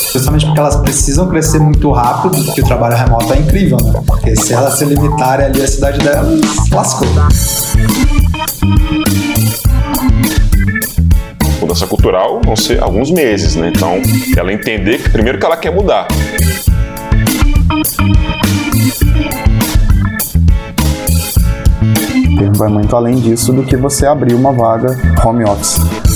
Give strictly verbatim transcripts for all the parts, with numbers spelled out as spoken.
Justamente porque elas precisam crescer muito rápido, porque o trabalho remoto é incrível, né? Porque se elas se limitarem ali à cidade delas, lascou. Mudança cultural vão ser alguns meses, né? Então, ela entender que primeiro que ela quer mudar. Vai muito além disso do que você abrir uma vaga home office.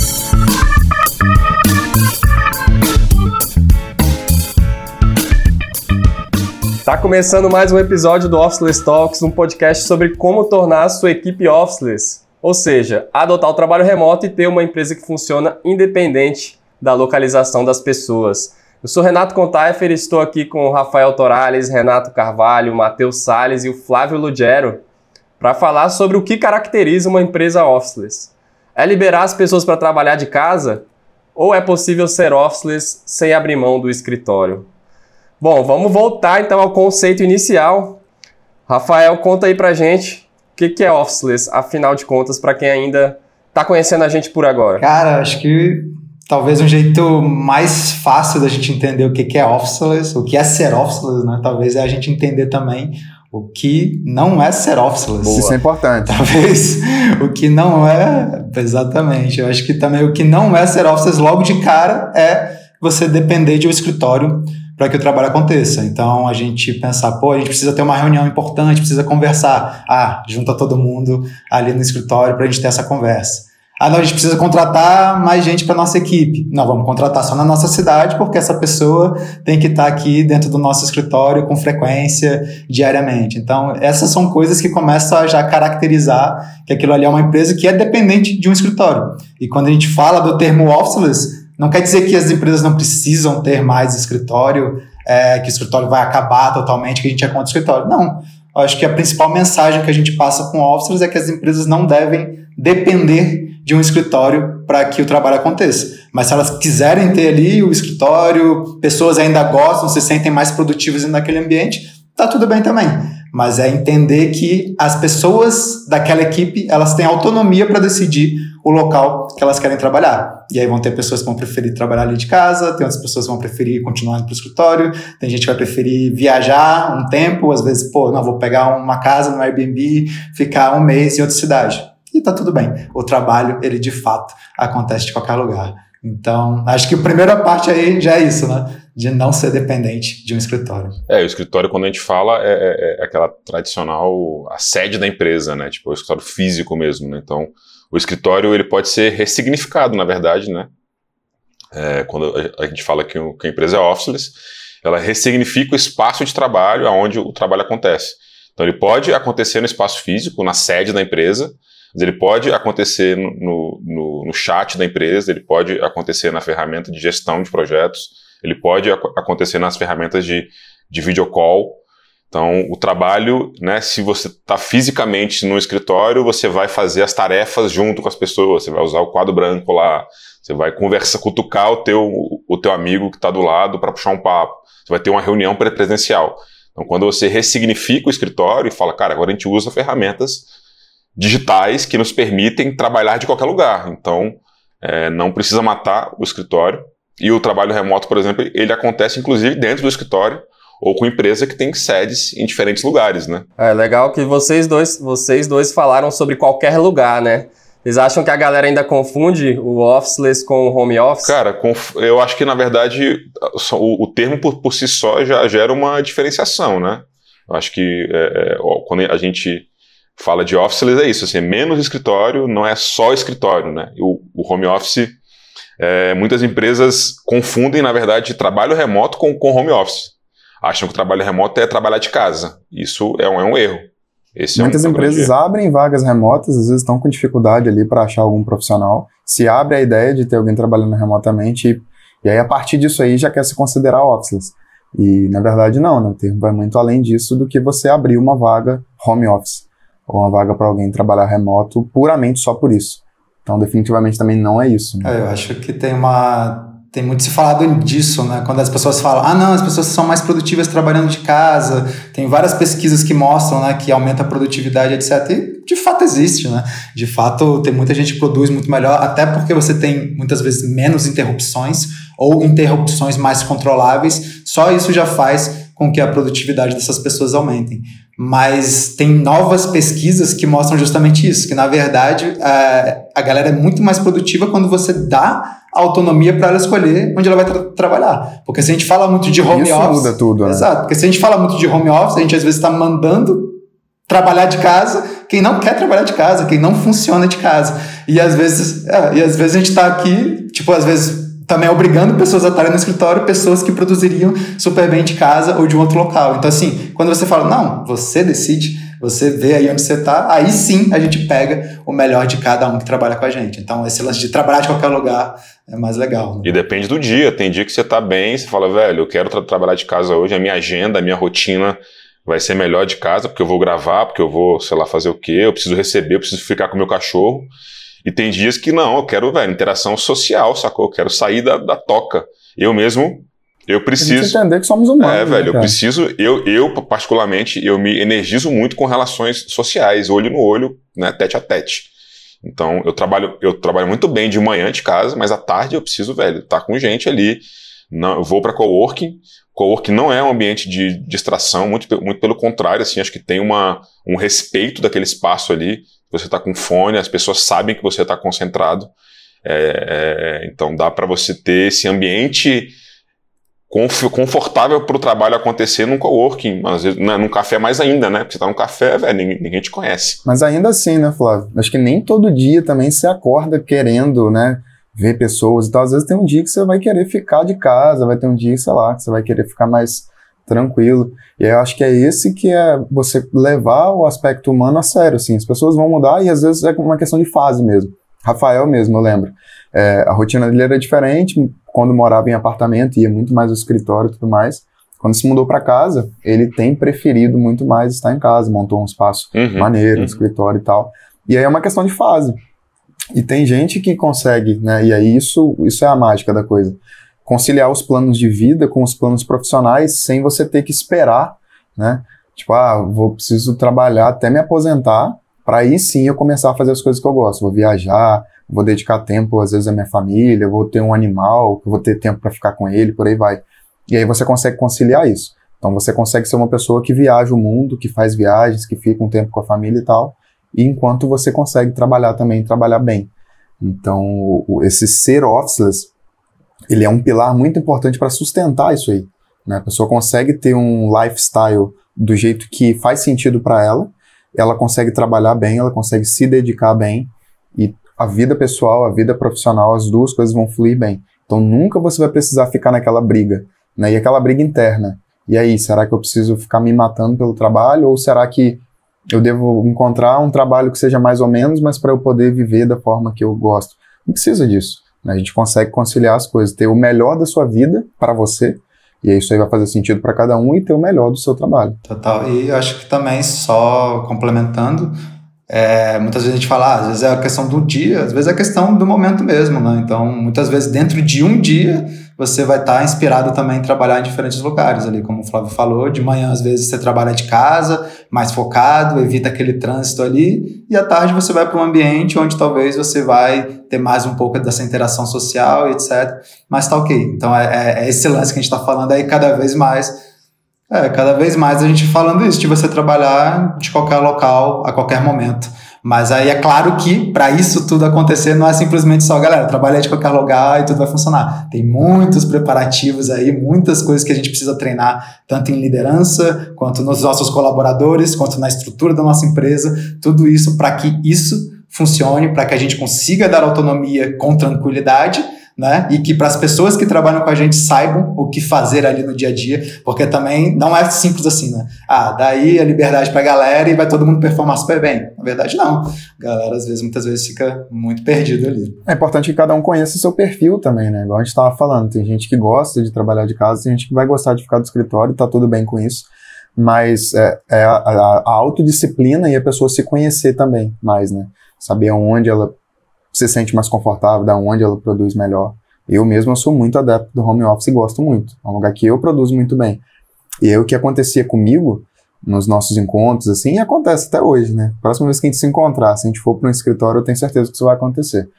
Tá começando mais um episódio do Officeless Talks, um podcast sobre como tornar a sua equipe officeless, ou seja, adotar o trabalho remoto e ter uma empresa que funciona independente da localização das pessoas. Eu sou Renato Contaifer e estou aqui com o Rafael Torales, Renato Carvalho, Matheus Salles e o Flávio Lugero para falar sobre o que caracteriza uma empresa officeless. É liberar as pessoas para trabalhar de casa? Ou é possível ser officeless sem abrir mão do escritório? Bom, vamos voltar então ao conceito inicial. Rafael, conta aí pra gente o que, que é officeless, afinal de contas, para quem ainda está conhecendo a gente por agora. Cara, acho que talvez um jeito mais fácil da gente entender o que, que é officeless, o que é ser officeless, né? Talvez é a gente entender também o que não é ser officeless. Boa. Isso é importante. Talvez o que não é... Exatamente. Eu acho que também o que não é ser officeless logo de cara é você depender de um escritório para que o trabalho aconteça. Então, a gente pensar, pô, a gente precisa ter uma reunião importante, precisa conversar. Ah, junta todo mundo ali no escritório para a gente ter essa conversa. Ah, não, a gente precisa contratar mais gente para nossa equipe. Não, vamos contratar só na nossa cidade, porque essa pessoa tem que estar aqui dentro do nosso escritório com frequência, diariamente. Então, essas são coisas que começam a já caracterizar que aquilo ali é uma empresa que é dependente de um escritório. E quando a gente fala do termo officeless, não quer dizer que as empresas não precisam ter mais escritório, é, que o escritório vai acabar totalmente, que a gente é contra o escritório. Não. Eu acho que a principal mensagem que a gente passa com o officeless é que as empresas não devem depender de um escritório para que o trabalho aconteça. Mas se elas quiserem ter ali o escritório, pessoas ainda gostam, se sentem mais produtivas naquele ambiente, tá tudo bem também. Mas é entender que as pessoas daquela equipe, elas têm autonomia para decidir o local que elas querem trabalhar. E aí vão ter pessoas que vão preferir trabalhar ali de casa, tem outras pessoas que vão preferir continuar indo para o escritório, tem gente que vai preferir viajar um tempo, às vezes, pô, não, vou pegar uma casa no Airbnb, ficar um mês em outra cidade. E tá tudo bem. O trabalho, ele de fato acontece de qualquer lugar. Então, acho que a primeira parte aí já é isso, né? De não ser dependente de um escritório. É, o escritório, quando a gente fala, é, é, é aquela tradicional, a sede da empresa, né? Tipo, o escritório físico mesmo, né? Então, o escritório, ele pode ser ressignificado, na verdade, né? É, quando a gente fala que, o, que a empresa é officeless, ela ressignifica o espaço de trabalho onde o trabalho acontece. Então, ele pode acontecer no espaço físico, na sede da empresa, mas ele pode acontecer no, no, no chat da empresa, ele pode acontecer na ferramenta de gestão de projetos, ele pode ac- acontecer nas ferramentas de, de video call. Então, o trabalho, né, se você está fisicamente no escritório, você vai fazer as tarefas junto com as pessoas, você vai usar o quadro branco lá, você vai conversar, cutucar o teu, o teu amigo que está do lado para puxar um papo, você vai ter uma reunião presencial. Então, quando você ressignifica o escritório e fala, cara, agora a gente usa ferramentas digitais que nos permitem trabalhar de qualquer lugar. Então, é, não precisa matar o escritório. E o trabalho remoto, por exemplo, ele acontece inclusive dentro do escritório ou com empresa que tem sedes em diferentes lugares, né? É legal que vocês dois, vocês dois falaram sobre qualquer lugar, né? Vocês acham que a galera ainda confunde o officeless com o home office? Cara, eu acho que, na verdade, o, o termo por, por si só já gera uma diferenciação, né? Eu acho que é, é, quando a gente fala de officeless é isso, assim, menos escritório, não é só escritório, né? O, o home office, é, muitas empresas confundem, na verdade, trabalho remoto com, com home office. Acham que o trabalho remoto é trabalhar de casa. Isso é um, é um erro. Esse Muitas é um, empresas é um abrem vagas remotas, às vezes estão com dificuldade ali para achar algum profissional. Se abre a ideia de ter alguém trabalhando remotamente e, e aí a partir disso aí já quer se considerar officeless. E na verdade não, né? O termo vai muito além disso do que você abrir uma vaga home office ou uma vaga para alguém trabalhar remoto puramente só por isso. Então definitivamente também não é isso, né? É, eu acho que tem uma... Tem muito se falado disso, né? Quando as pessoas falam, ah, não, as pessoas são mais produtivas trabalhando de casa. Tem várias pesquisas que mostram, né, que aumenta a produtividade, etcétera. E de fato existe, né? De fato, tem muita gente que produz muito melhor, até porque você tem muitas vezes menos interrupções. ou interrupções mais controláveis, só isso já faz com que a produtividade dessas pessoas aumentem. Mas tem novas pesquisas que mostram justamente isso, que na verdade a, a galera é muito mais produtiva quando você dá autonomia para ela escolher onde ela vai tra- trabalhar. Porque se a gente fala muito de home isso office... muda tudo, né? Exato, porque se a gente fala muito de home office, a gente às vezes está mandando trabalhar de casa quem não quer trabalhar de casa, quem não funciona de casa. E às vezes, é, e às vezes a gente está aqui, tipo, às vezes também obrigando pessoas a estarem no escritório, pessoas que produziriam super bem de casa ou de um outro local. Então, assim, quando você fala, não, você decide, você vê aí onde você está, aí sim a gente pega o melhor de cada um que trabalha com a gente. Então, esse lance de trabalhar de qualquer lugar é mais legal. Né? E depende do dia. Tem dia que você tá bem, você fala, velho, eu quero tra- trabalhar de casa hoje, a minha agenda, a minha rotina vai ser melhor de casa, porque eu vou gravar, porque eu vou, sei lá, fazer o quê, eu preciso receber, eu preciso ficar com o meu cachorro. E tem dias que não, eu quero, velho, interação social, sacou? Eu quero sair da, da toca. Eu mesmo, eu preciso... A gente entender que somos humanos. É, velho, né, eu preciso... Eu, eu, particularmente, eu me energizo muito com relações sociais, olho no olho, né, tete a tete. Então, eu trabalho, eu trabalho muito bem de manhã de casa, mas à tarde eu preciso, velho, estar com gente ali. Não, eu vou para coworking. Coworking não é um ambiente de distração, muito, muito pelo contrário, assim, acho que tem uma, um respeito daquele espaço ali. Você está com fone, as pessoas sabem que você está concentrado. É, é, então dá para você ter esse ambiente conf, confortável para o trabalho acontecer num coworking, às vezes né, num café mais ainda, né? Porque você está num café, velho, ninguém, ninguém te conhece. Mas ainda assim, né, Flávio? Acho que nem todo dia também você acorda querendo, né, ver pessoas e tal. Às vezes tem um dia que você vai querer ficar de casa, vai ter um dia, sei lá, que você vai querer ficar mais tranquilo. E eu acho que é esse que é você levar o aspecto humano a sério, assim. As pessoas vão mudar e às vezes é uma questão de fase mesmo. Rafael mesmo, eu lembro. É, a rotina dele era diferente. Quando morava em apartamento, ia muito mais ao escritório e tudo mais. Quando se mudou para casa, ele tem preferido muito mais estar em casa. Montou um espaço uhum, maneiro, um uhum. escritório e tal. E aí é uma questão de fase. E tem gente que consegue, né? E aí isso, isso é a mágica da coisa. Conciliar os planos de vida com os planos profissionais sem você ter que esperar, né? Tipo, ah, vou preciso trabalhar até me aposentar para aí sim eu começar a fazer as coisas que eu gosto. Vou viajar, vou dedicar tempo às vezes à minha família, vou ter um animal, vou ter tempo para ficar com ele, por aí vai. E aí você consegue conciliar isso. Então você consegue ser uma pessoa que viaja o mundo, que faz viagens, que fica um tempo com a família e tal, e enquanto você consegue trabalhar também, trabalhar bem. Então o, esse ser officeless, ele é um pilar muito importante para sustentar isso aí, né? A pessoa consegue ter um lifestyle do jeito que faz sentido para ela, ela consegue trabalhar bem, ela consegue se dedicar bem, e a vida pessoal, a vida profissional, as duas coisas vão fluir bem. Então nunca você vai precisar ficar naquela briga, né? E aquela briga interna. E aí, será que eu preciso ficar me matando pelo trabalho, ou será que eu devo encontrar um trabalho que seja mais ou menos, mas para eu poder viver da forma que eu gosto? Não precisa disso. A gente consegue conciliar as coisas, ter o melhor da sua vida para você, e aí isso aí vai fazer sentido para cada um, e ter o melhor do seu trabalho. Total. E eu acho que também, só complementando, é, muitas vezes a gente fala, ah, às vezes é a questão do dia, às vezes é a questão do momento mesmo, né? Então, muitas vezes dentro de um dia, você vai estar inspirado também em trabalhar em diferentes lugares ali, como o Flávio falou, de manhã às vezes você trabalha de casa, mais focado, evita aquele trânsito ali, e à tarde você vai para um ambiente onde talvez você vai ter mais um pouco dessa interação social e etcétera. Mas tá ok. Então é, é esse lance que a gente está falando aí cada vez mais, é, cada vez mais a gente falando isso, de você trabalhar de qualquer local, a qualquer momento. Mas aí é claro que para isso tudo acontecer não é simplesmente só, galera, trabalha de qualquer lugar e tudo vai funcionar. Tem muitos preparativos aí, muitas coisas que a gente precisa treinar, tanto em liderança, quanto nos nossos colaboradores, quanto na estrutura da nossa empresa, tudo isso para que isso funcione, para que a gente consiga dar autonomia com tranquilidade, né? E que para as pessoas que trabalham com a gente saibam o que fazer ali no dia a dia, porque também não é simples assim, né? Ah, daí a liberdade para a galera e vai todo mundo performar super bem. Na verdade, não. A galera, às vezes, muitas vezes fica muito perdido ali. É importante que cada um conheça o seu perfil também, né? Igual a gente estava falando, tem gente que gosta de trabalhar de casa, tem gente que vai gostar de ficar do escritório, tá tudo bem com isso, mas é, é a, a, a autodisciplina e a pessoa se conhecer também mais, né? Saber onde ela se sente mais confortável, da onde ela produz melhor. Eu mesmo eu sou muito adepto do home office e gosto muito. É um lugar que eu produzo muito bem. E aí o que acontecia comigo nos nossos encontros, assim, e acontece até hoje, né? Próxima vez que a gente se encontrar, se a gente for para um escritório, eu tenho certeza que isso vai acontecer.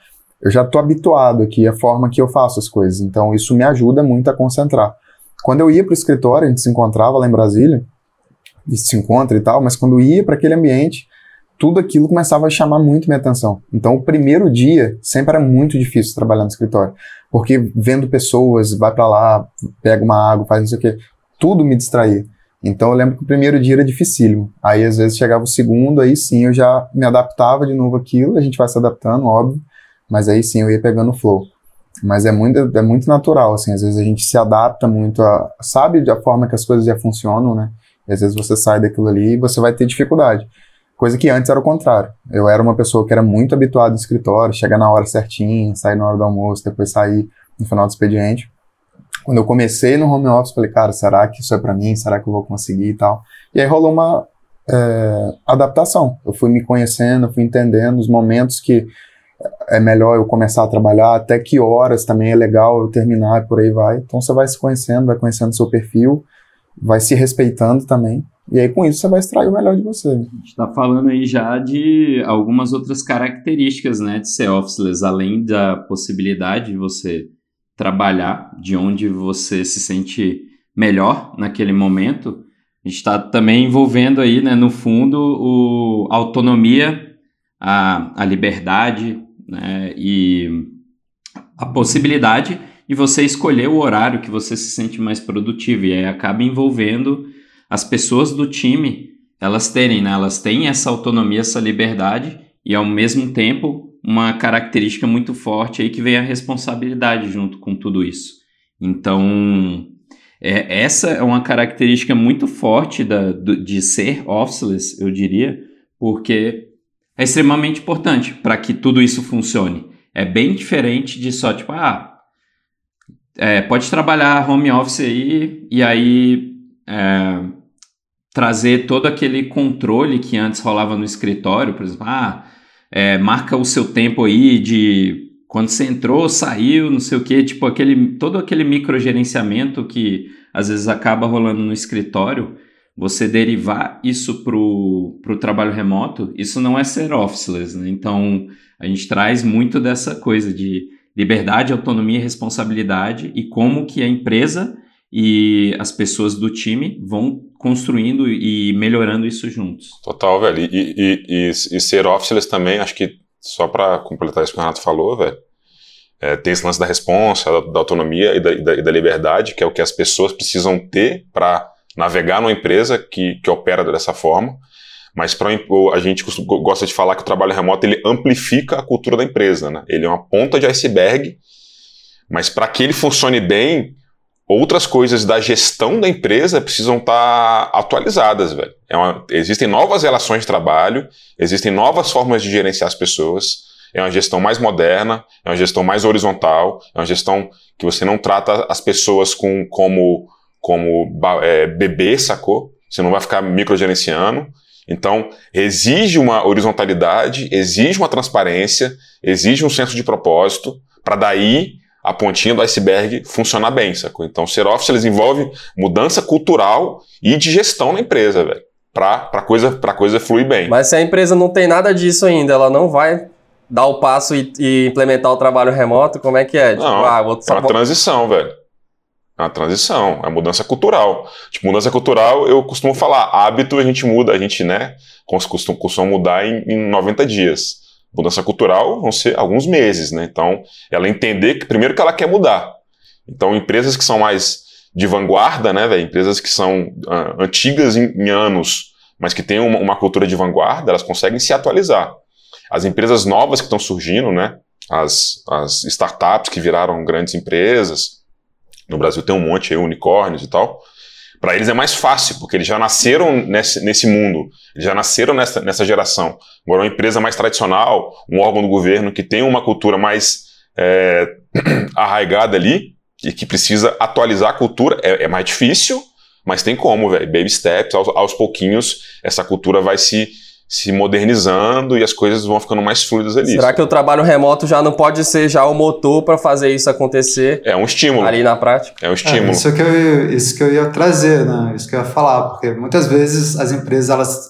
eu já estou habituado aqui à forma que eu faço as coisas, então isso me ajuda muito a concentrar. Quando eu ia para o escritório, a gente se encontrava lá em Brasília, e se encontra e tal, mas quando eu ia para aquele ambiente, tudo aquilo começava a chamar muito minha atenção. Então, o primeiro dia sempre era muito difícil trabalhar no escritório, porque vendo pessoas, vai para lá, pega uma água, faz não sei o quê, tudo me distraía. Então, eu lembro que o primeiro dia era dificílimo. Aí, às vezes, chegava o segundo, aí sim, eu já me adaptava de novo àquilo, a gente vai se adaptando, óbvio, mas aí sim, eu ia pegando o flow. Mas é muito, é muito natural, assim, às vezes a gente se adapta muito a... Sabe a forma que as coisas já funcionam, né? E às vezes você sai daquilo ali e você vai ter dificuldade. Coisa que antes era o contrário. Eu era uma pessoa que era muito habituada no escritório, chegar na hora certinha, sair na hora do almoço, depois sair no final do expediente. Quando eu comecei no home office, falei, cara, será que isso é pra mim? Será que eu vou conseguir e tal? E aí rolou uma é, adaptação. Eu fui me conhecendo, eu fui entendendo os momentos que é melhor eu começar a trabalhar, até que horas também é legal eu terminar e por aí vai. Então você vai se conhecendo, vai conhecendo o seu perfil, vai se respeitando também. E aí com isso você vai extrair o melhor de você. A gente está falando aí já de algumas outras características, né, de ser officeless, além da possibilidade de você trabalhar de onde você se sente melhor naquele momento. A gente está também envolvendo aí, né, no fundo, o, a autonomia, a, a liberdade, né, e a possibilidade de você escolher o horário que você se sente mais produtivo. E aí acaba envolvendo as pessoas do time, elas terem, né, elas têm essa autonomia, essa liberdade e ao mesmo tempo uma característica muito forte aí que vem a responsabilidade junto com tudo isso. Então, é, essa é uma característica muito forte da, do, de ser officeless, eu diria, porque é extremamente importante para que tudo isso funcione. É bem diferente de só, tipo, ah, é, pode trabalhar home office aí e aí é, trazer todo aquele controle que antes rolava no escritório, por exemplo, ah, é, marca o seu tempo aí de quando você entrou, saiu, não sei o quê, tipo, aquele, todo aquele microgerenciamento que às vezes acaba rolando no escritório, você derivar isso para o trabalho remoto, isso não é ser officeless, né? Então, a gente traz muito dessa coisa de liberdade, autonomia e responsabilidade e como que a empresa e as pessoas do time vão construindo e melhorando isso juntos. Total, velho. E, e, e, e ser officeless também, acho que só para completar isso que o Renato falou, velho, é, tem esse lance da responsa, da, da autonomia e da, e, da, e da liberdade, que é o que as pessoas precisam ter para navegar numa empresa que, que opera dessa forma. Mas pra, a gente gosta de falar que o trabalho remoto ele amplifica a cultura da empresa, né? Ele é uma ponta de iceberg, mas para que ele funcione bem, outras coisas da gestão da empresa precisam estar atualizadas, velho. É uma, existem novas relações de trabalho, existem novas formas de gerenciar as pessoas, é uma gestão mais moderna, é uma gestão mais horizontal, é uma gestão que você não trata as pessoas com, como, como é, bebê, sacou? Você não vai ficar microgerenciando. Então, exige uma horizontalidade, exige uma transparência, exige um senso de propósito, para daí a pontinha do iceberg funcionar bem, sacou? Então, ser officeless envolve mudança cultural e de gestão na empresa, velho, para a coisa, pra coisa fluir bem. Mas se a empresa não tem nada disso ainda, ela não vai dar o passo e, e implementar o trabalho remoto, como é que é? Tipo, não, ah, vou... é uma transição, velho. É uma transição, é uma mudança cultural. Tipo, mudança cultural, eu costumo falar, hábito a gente muda, a gente, né, costuma, costuma mudar em, em noventa dias. Mudança cultural vão ser alguns meses, né? Então, ela entender que, primeiro, que ela quer mudar. Então, empresas que são mais de vanguarda, né, velho, empresas que são uh, antigas em, em anos, mas que têm uma, uma cultura de vanguarda, elas conseguem se atualizar. As empresas novas que estão surgindo, né, as, as startups que viraram grandes empresas, no Brasil tem um monte aí, unicórnios e tal. Para eles é mais fácil, porque eles já nasceram nesse, nesse mundo, eles já nasceram nessa, nessa geração. Agora, uma empresa mais tradicional, um órgão do governo que tem uma cultura mais é, arraigada ali e que precisa atualizar a cultura, é, é mais difícil, mas tem como, velho. Baby steps, aos, aos pouquinhos, essa cultura vai se... se modernizando e as coisas vão ficando mais fluidas ali. Será que o trabalho remoto já não pode ser já o motor para fazer isso acontecer? É um estímulo. Ali na prática? É um estímulo. É, isso, que eu, isso que eu ia trazer, né? Isso que eu ia falar, porque muitas vezes as empresas elas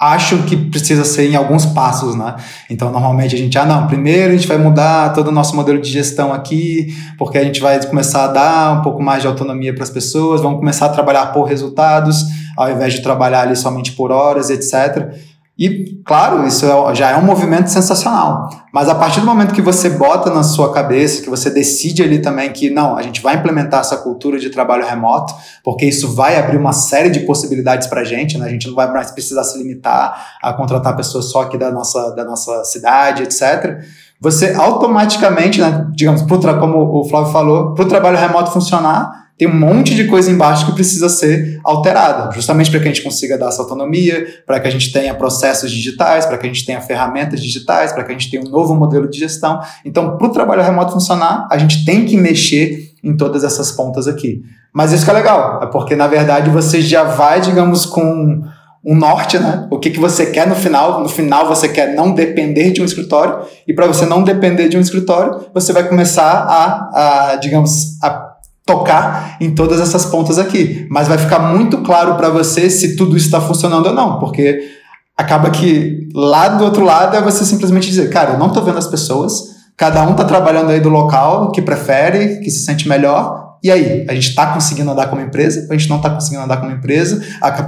acham que precisa ser em alguns passos, né? Então, normalmente a gente, ah, não, primeiro a gente vai mudar todo o nosso modelo de gestão aqui, porque a gente vai começar a dar um pouco mais de autonomia para as pessoas, vamos começar a trabalhar por resultados, ao invés de trabalhar ali somente por horas, etcétera. E, claro, isso é, já é um movimento sensacional, mas a partir do momento que você bota na sua cabeça, que você decide ali também que, não, a gente vai implementar essa cultura de trabalho remoto, porque isso vai abrir uma série de possibilidades para a gente, né? A gente não vai mais precisar se limitar a contratar pessoas só aqui da nossa, da nossa cidade, etcétera. Você automaticamente, né, digamos, pro tra- como o Flávio falou, para o trabalho remoto funcionar, tem um monte de coisa embaixo que precisa ser alterada, justamente para que a gente consiga dar essa autonomia, para que a gente tenha processos digitais, para que a gente tenha ferramentas digitais, para que a gente tenha um novo modelo de gestão. Então, para o trabalho remoto funcionar, a gente tem que mexer em todas essas pontas aqui. Mas isso que é legal, é porque, na verdade, você já vai, digamos, com um norte, né? O que, que você quer no final. No final, você quer não depender de um escritório, e para você não depender de um escritório, você vai começar a, a digamos, a tocar em todas essas pontas aqui, mas vai ficar muito claro para você se tudo isso está funcionando ou não, porque acaba que lá do outro lado é você simplesmente dizer, cara, eu não estou vendo as pessoas, cada um está trabalhando aí do local que prefere, que se sente melhor, e aí, a gente está conseguindo andar como empresa, ou a gente não está conseguindo andar como empresa,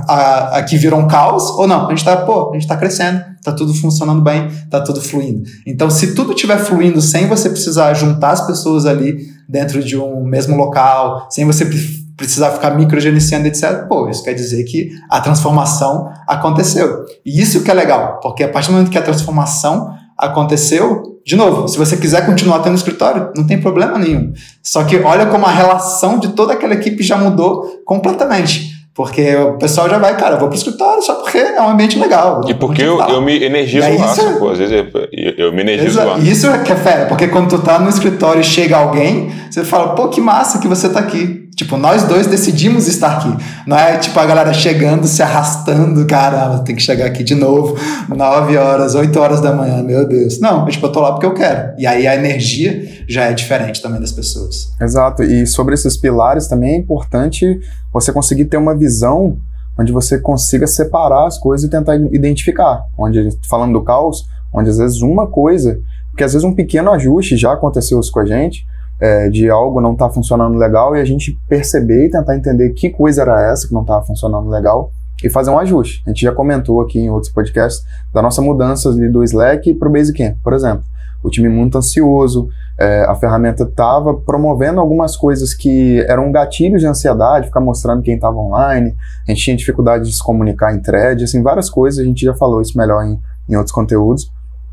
aqui virou um caos, ou não, a gente está, pô, a gente está crescendo, está tudo funcionando bem, está tudo fluindo. Então, se tudo estiver fluindo sem você precisar juntar as pessoas ali dentro de um mesmo local, sem você precisar ficar microgerenciando, etcétera, pô, isso quer dizer que a transformação aconteceu. E isso que é legal, porque a partir do momento que a transformação aconteceu, de novo, se você quiser continuar tendo escritório, não tem problema nenhum. Só que olha como a relação de toda aquela equipe já mudou completamente. Porque o pessoal já vai, cara, eu vou pro escritório só porque é um ambiente legal. E porque eu, eu me energizo lá, é... pô, às vezes eu, eu me energizo Exato. lá. Isso é que é fera, porque quando tu tá no escritório e chega alguém, você fala, pô, que massa que você tá aqui. Tipo, nós dois decidimos estar aqui. Não é tipo a galera chegando, se arrastando, caramba, tem que chegar aqui de novo, nove horas, oito horas da manhã, meu Deus. Não, tipo, eu tô lá porque eu quero. E aí a energia já é diferente também das pessoas. Exato, e sobre esses pilares também é importante você conseguir ter uma visão onde você consiga separar as coisas e tentar identificar. Onde, falando do caos, onde às vezes uma coisa, porque às vezes um pequeno ajuste, já aconteceu isso com a gente, É, de algo não tá funcionando legal, e a gente perceber e tentar entender que coisa era essa que não estava funcionando legal e fazer um ajuste. A gente já comentou aqui em outros podcasts da nossa mudança ali do Slack para o Basecamp, por exemplo. O time muito ansioso, é, a ferramenta estava promovendo algumas coisas que eram gatilhos de ansiedade, ficar mostrando quem estava online, a gente tinha dificuldade de se comunicar em thread, assim, várias coisas, a gente já falou isso melhor em, em outros conteúdos,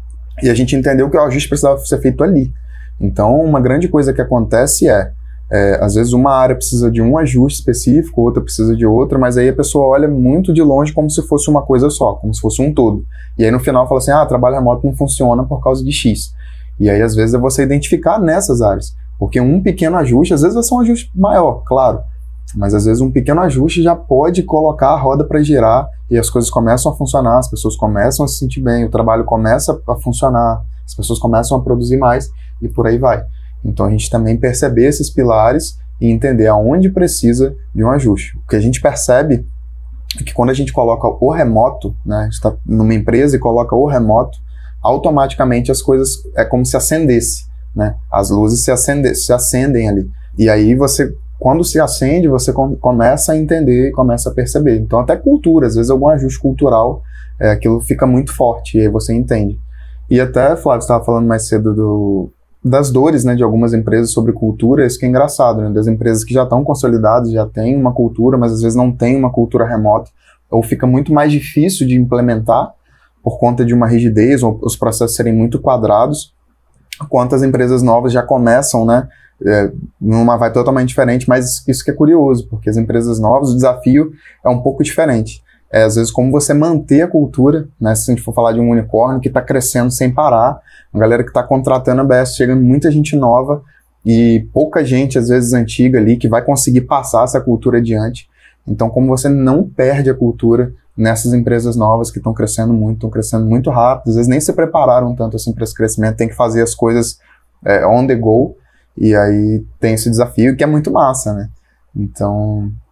e a gente entendeu que o ajuste precisava ser feito ali. Então, uma grande coisa que acontece é, é, às vezes uma área precisa de um ajuste específico, outra precisa de outra, mas aí a pessoa olha muito de longe como se fosse uma coisa só, como se fosse um todo. E aí no final fala assim, ah, trabalho remoto não funciona por causa de X. E aí às vezes é você identificar nessas áreas, porque um pequeno ajuste, às vezes vai ser um ajuste maior, claro, mas às vezes um pequeno ajuste já pode colocar a roda para girar e as coisas começam a funcionar, as pessoas começam a se sentir bem, o trabalho começa a funcionar, as pessoas começam a produzir mais, e por aí vai. Então a gente também perceber esses pilares e entender aonde precisa de um ajuste. O que a gente percebe é que quando a gente coloca o remoto, né, a gente está numa empresa e coloca o remoto, automaticamente as coisas é como se acendesse, né? As luzes se, acende, se acendem ali. E aí você, quando se acende, você com, começa a entender e começa a perceber. Então até cultura, às vezes algum ajuste cultural, é, aquilo fica muito forte e aí você entende. E até, Flávio, você estava falando mais cedo do... das dores, né, de algumas empresas sobre cultura, isso que é engraçado, né, das empresas que já estão consolidadas, já têm uma cultura, mas às vezes não tem uma cultura remota, ou fica muito mais difícil de implementar por conta de uma rigidez, ou os processos serem muito quadrados, enquanto as empresas novas já começam, né, é, numa vai totalmente diferente, mas isso que é curioso, porque as empresas novas, o desafio é um pouco diferente. É, às vezes, como você manter a cultura, né, se a gente for falar de um unicórnio que está crescendo sem parar, a galera que está contratando a B S, chegando muita gente nova e pouca gente, às vezes, antiga ali, que vai conseguir passar essa cultura adiante. Então, como você não perde a cultura nessas empresas novas que estão crescendo muito, estão crescendo muito rápido, às vezes nem se prepararam tanto assim para esse crescimento, tem que fazer as coisas é, on the go, e aí tem esse desafio que é muito massa, né? Então...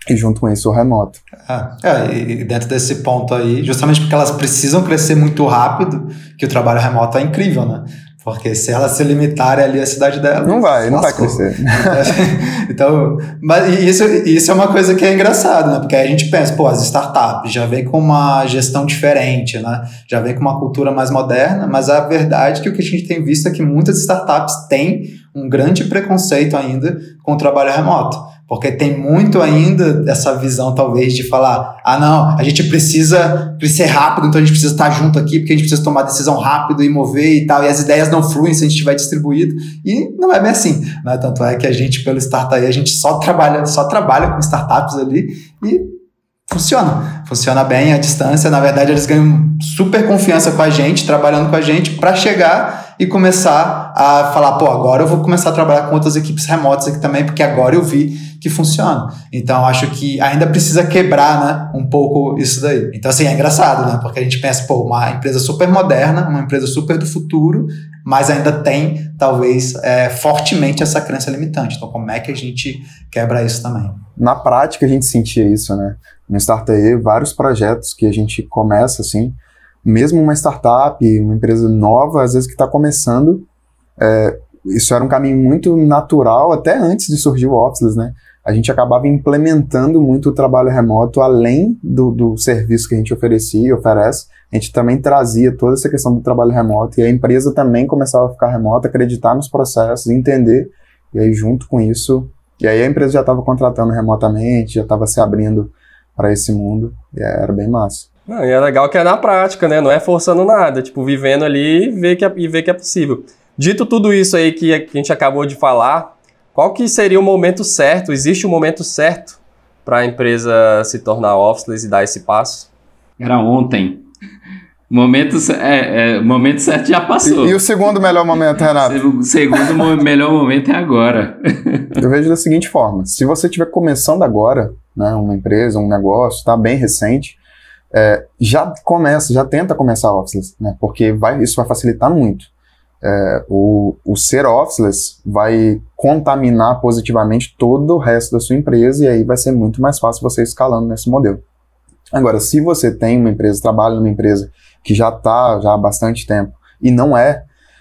e junto com isso o remoto. É, é, e dentro desse ponto aí, justamente porque elas precisam crescer muito rápido, que o trabalho remoto é incrível, né? Porque se elas se limitarem ali à cidade dela... Não vai, não vai lascou. crescer. Então, mas isso, isso é uma coisa que é engraçada, né? Porque aí a gente pensa, pô, as startups já vem com uma gestão diferente, né? Já vem com uma cultura mais moderna, mas a verdade é que o que a gente tem visto é que muitas startups têm um grande preconceito ainda com o trabalho remoto. Porque tem muito ainda essa visão, talvez, de falar, ah, não, a gente precisa crescer rápido, então a gente precisa estar junto aqui, porque a gente precisa tomar decisão rápido e mover e tal, e as ideias não fluem se a gente estiver distribuído, e não é bem assim, né? Tanto é que a gente, pelo Startup, a gente só trabalha, só trabalha com startups ali e funciona, funciona bem à distância. Na verdade, eles ganham super confiança com a gente, trabalhando com a gente, para chegar e começar a falar, pô, agora eu vou começar a trabalhar com outras equipes remotas aqui também, porque agora eu vi que funciona. Então, acho que ainda precisa quebrar, né, um pouco isso daí. Então, assim, é engraçado, né, porque a gente pensa, pô, uma empresa super moderna, uma empresa super do futuro, mas ainda tem, talvez, é, fortemente essa crença limitante. Então, como é que a gente quebra isso também? Na prática, a gente sentia isso, né? No Startae, vários projetos que a gente começa, assim, mesmo uma startup, uma empresa nova, às vezes que está começando, é, isso era um caminho muito natural, até antes de surgir o Officeless, né? A gente acabava implementando muito o trabalho remoto, além do, do serviço que a gente oferecia e oferece, a gente também trazia toda essa questão do trabalho remoto, e a empresa também começava a ficar remota, acreditar nos processos, entender, e aí junto com isso, e aí a empresa já estava contratando remotamente, já estava se abrindo para esse mundo, e era bem massa. Não, e é legal que é na prática, né? Não é forçando nada, tipo, vivendo ali e ver que é, e ver que é possível. Dito tudo isso aí que, que a gente acabou de falar, qual que seria o momento certo? Existe um momento certo para a empresa se tornar Officeless e dar esse passo? Era ontem. Momento, é, é, momento certo já passou. E, e o segundo melhor momento, Renato? O segundo mo- melhor momento é agora. Eu vejo da seguinte forma, se você estiver começando agora, né, uma empresa, um negócio, está bem recente, é, já começa, já tenta começar Officeless, né, porque vai, isso vai facilitar muito. É, o, o ser Officeless vai contaminar positivamente todo o resto da sua empresa e aí vai ser muito mais fácil você escalando nesse modelo. Agora, se você tem uma empresa, trabalha numa empresa que já está já há bastante tempo e não é,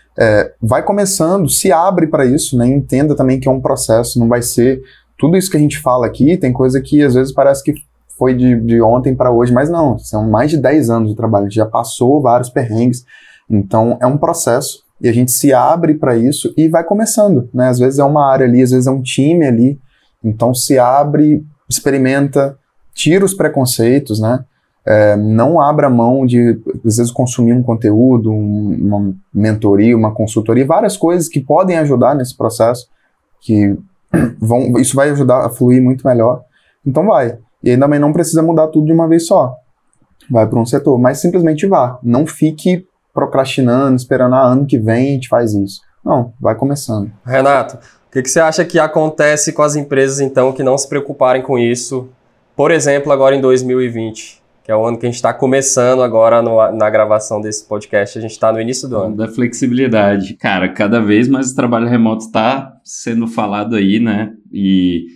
é vai começando, se abre para isso, né, entenda também que é um processo, não vai ser tudo isso que a gente fala aqui, tem coisa que às vezes parece que foi de, de ontem para hoje, mas não, são mais de dez anos de trabalho, a gente já passou vários perrengues, então é um processo e a gente se abre para isso e vai começando, né? Às vezes é uma área ali, às vezes é um time ali, então se abre, experimenta, tira os preconceitos, né? É, não abra mão de, às vezes, consumir um conteúdo, um, uma mentoria, uma consultoria, várias coisas que podem ajudar nesse processo, que vão, isso vai ajudar a fluir muito melhor. Então vai. E aí também não precisa mudar tudo de uma vez só. Vai para um setor, mas simplesmente vá. Não fique procrastinando, esperando, ah, ano que vem a gente faz isso. Não, vai começando. Renato, o que, que você acha que acontece com as empresas, então, que não se preocuparem com isso? Por exemplo, agora em dois mil e vinte, que é o ano que a gente está começando agora no, na gravação desse podcast, a gente está no início do ano. Da flexibilidade. Cara, cada vez mais o trabalho remoto está sendo falado aí, né? E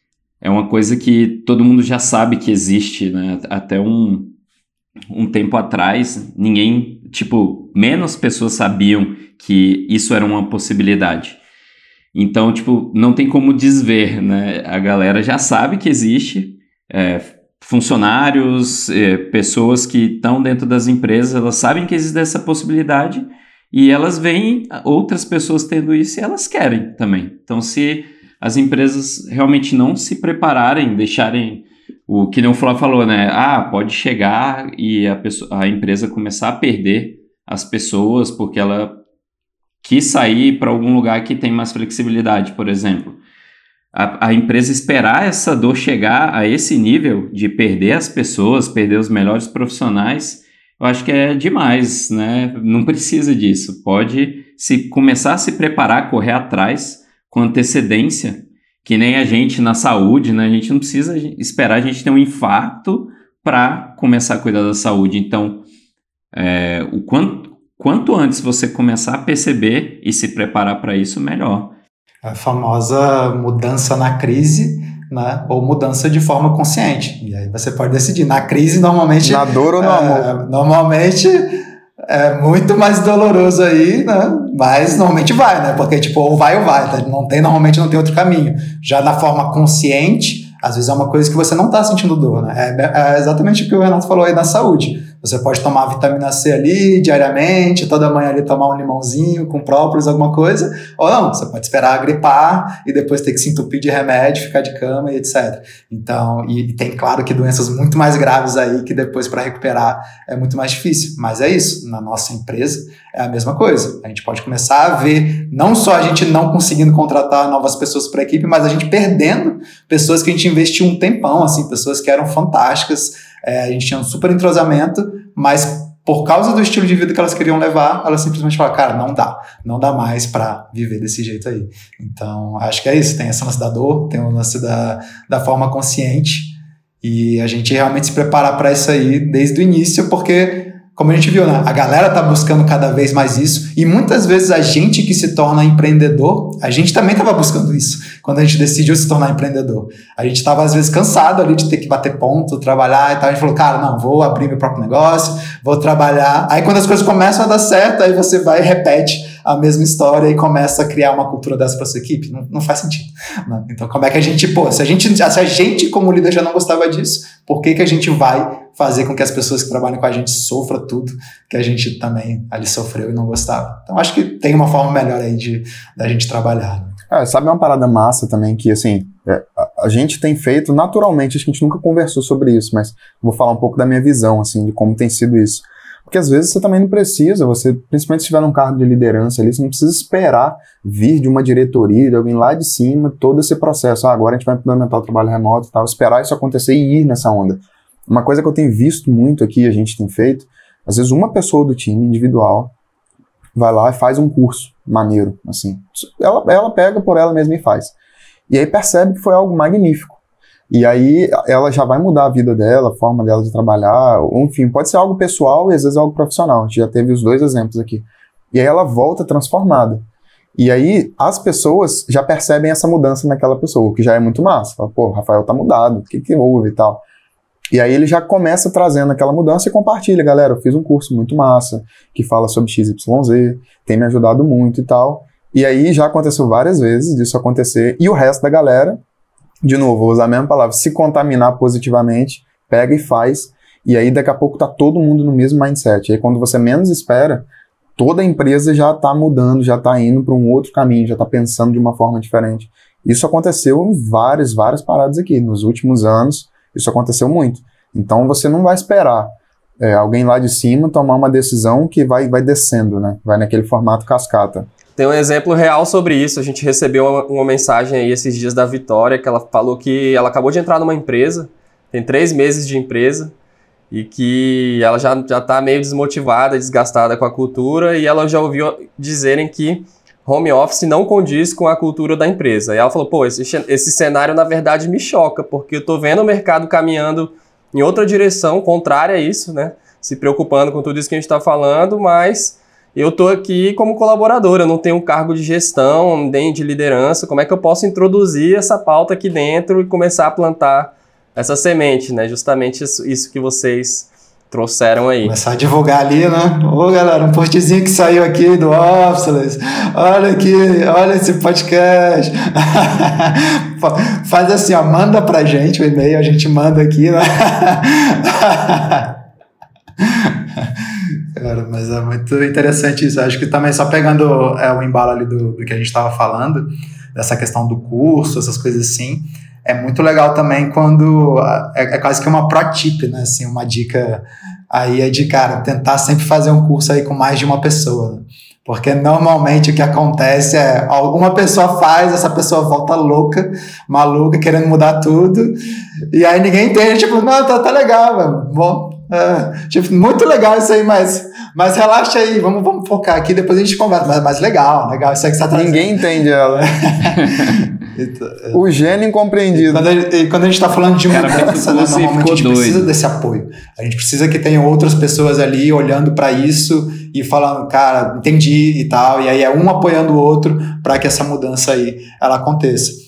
é uma coisa que todo mundo já sabe que existe, né? Até um, um tempo atrás, ninguém, tipo, menos pessoas sabiam que isso era uma possibilidade. Então, tipo, não tem como desver, né? A galera já sabe que existe. É, funcionários, é, pessoas que estão dentro das empresas, elas sabem que existe essa possibilidade e elas veem outras pessoas tendo isso e elas querem também. Então, se as empresas realmente não se prepararem, deixarem o que nem o Flávio falou, né? Ah, pode chegar e a, pessoa, a empresa começar a perder as pessoas porque ela quis sair para algum lugar que tem mais flexibilidade, por exemplo. A, a empresa esperar essa dor chegar a esse nível de perder as pessoas, perder os melhores profissionais, eu acho que é demais, né? Não precisa disso. Pode se começar a se preparar, correr atrás com antecedência, que nem a gente na saúde, né? A gente não precisa esperar a gente ter um infarto para começar a cuidar da saúde. Então, é, o quanto, quanto antes você começar a perceber e se preparar para isso, melhor. A famosa mudança na crise né? Ou mudança de forma consciente. E aí você pode decidir. Na crise, normalmente... Na dor ou no é, amor? Normalmente é muito mais doloroso aí, né? Mas normalmente vai, né? Porque, tipo, ou vai ou vai, tá? Não tem, normalmente não tem outro caminho. Já na forma consciente, às vezes é uma coisa que você não tá sentindo dor, né? É, é exatamente o que o Renato falou aí na saúde. Você pode tomar vitamina C ali diariamente, toda manhã ali tomar um limãozinho com própolis, alguma coisa, ou não, você pode esperar gripar e depois ter que se entupir de remédio, ficar de cama e etcétera. Então, e, e tem claro que doenças muito mais graves aí que depois para recuperar é muito mais difícil, mas é isso, na nossa empresa é a mesma coisa. A gente pode começar a ver não só a gente não conseguindo contratar novas pessoas para a equipe, mas a gente perdendo pessoas que a gente investiu um tempão, assim, pessoas que eram fantásticas. É, a gente tinha um super entrosamento, mas por causa do estilo de vida que elas queriam levar, elas simplesmente falaram, cara, não dá, não dá mais para viver desse jeito aí. Então, acho que é isso, tem esse lance da dor, tem o lance da, da forma consciente, e a gente realmente se preparar para isso aí desde o início, porque, como a gente viu, né, a galera tá buscando cada vez mais isso, e muitas vezes a gente que se torna empreendedor, a gente também estava buscando isso, quando a gente decidiu se tornar empreendedor. A gente estava, às vezes, cansado ali de ter que bater ponto, trabalhar e tal. A gente falou, cara, não, vou abrir meu próprio negócio, vou trabalhar. Aí, quando as coisas começam a dar certo, aí você vai e repete a mesma história e começa a criar uma cultura dessa para sua equipe. Não, não faz sentido. Né? Então, como é que a gente, pô, se a gente, se a gente, como líder, já não gostava disso, por que que a gente vai fazer com que as pessoas que trabalham com a gente sofram tudo que a gente também ali sofreu e não gostava? Então, acho que tem uma forma melhor aí de da gente trabalhar. Né? É, sabe uma parada massa também que, assim, é, a, a gente tem feito naturalmente, acho que a gente nunca conversou sobre isso, mas vou falar um pouco da minha visão, assim, de como tem sido isso. Porque às vezes você também não precisa, você, principalmente se estiver num cargo de liderança ali, você não precisa esperar vir de uma diretoria, de alguém lá de cima, todo esse processo. Ah, agora a gente vai implementar o trabalho remoto e tal, esperar isso acontecer e ir nessa onda. Uma coisa que eu tenho visto muito aqui, a gente tem feito, às vezes uma pessoa do time individual vai lá e faz um curso maneiro, assim. Ela, ela pega por ela mesma e faz. E aí percebe que foi algo magnífico. E aí ela já vai mudar a vida dela, a forma dela de trabalhar, enfim, pode ser algo pessoal e às vezes algo profissional. A gente já teve os dois exemplos aqui. E aí ela volta transformada. E aí as pessoas já percebem essa mudança naquela pessoa, o que já é muito massa. Fala, pô, o Rafael tá mudado, o que que houve e tal. E aí ele já começa trazendo aquela mudança e compartilha, galera, eu fiz um curso muito massa, que fala sobre X Y Z, tem me ajudado muito e tal. E aí já aconteceu várias vezes disso acontecer, e o resto da galera, de novo, vou usar a mesma palavra, se contaminar positivamente, pega e faz, e aí daqui a pouco tá todo mundo no mesmo mindset. E aí quando você menos espera, toda a empresa já tá mudando, já tá indo para um outro caminho, já tá pensando de uma forma diferente. Isso aconteceu em várias, várias paradas aqui, nos últimos anos. Isso aconteceu muito. Então você não vai esperar é, alguém lá de cima tomar uma decisão que vai, vai descendo, né? Vai naquele formato cascata. Tem um exemplo real sobre isso. A gente recebeu uma, uma mensagem aí esses dias da Vitória, que ela falou que ela acabou de entrar numa empresa, tem três meses de empresa, e que ela já já está meio desmotivada, desgastada com a cultura, e ela já ouviu dizerem que home office não condiz com a cultura da empresa. E ela falou, pô, esse, esse cenário na verdade me choca, porque eu tô vendo o mercado caminhando em outra direção, contrária a isso, né? Se preocupando com tudo isso que a gente está falando, mas eu tô aqui como colaborador, eu não tenho um cargo de gestão, nem de liderança. Como é que eu posso introduzir essa pauta aqui dentro e começar a plantar essa semente, né? Justamente isso, isso que vocês trouxeram aí. Começar a divulgar ali, né? Ô, galera, um postzinho que saiu aqui do Officeless. Olha aqui, olha esse podcast. Faz assim, ó, manda pra gente o e-mail, a gente manda aqui, né? Cara, mas é muito interessante isso. Acho que também só pegando é, o embalo ali do, do que a gente estava falando, dessa questão do curso, essas coisas assim, é muito legal também quando é, é quase que uma pro tip, né? Assim, uma dica aí é de, cara, tentar sempre fazer um curso aí com mais de uma pessoa, né? Porque normalmente o que acontece é alguma pessoa faz, essa pessoa volta louca, maluca, querendo mudar tudo, e aí ninguém entende, tipo, não, tá, tá legal, mano. Bom, é, tipo, muito legal isso aí, mas, mas relaxa aí, vamos, vamos focar aqui, depois a gente conversa, mas, mas legal, legal, isso aí que você tá trazendo. Ninguém entende ela. O gênio incompreendido. E quando, a, quando a gente tá falando de mudança, né, normalmente a gente doido. precisa desse apoio. A gente precisa que tenham outras pessoas ali olhando para isso e falando, cara, entendi e tal, e aí é um apoiando o outro para que essa mudança aí ela aconteça.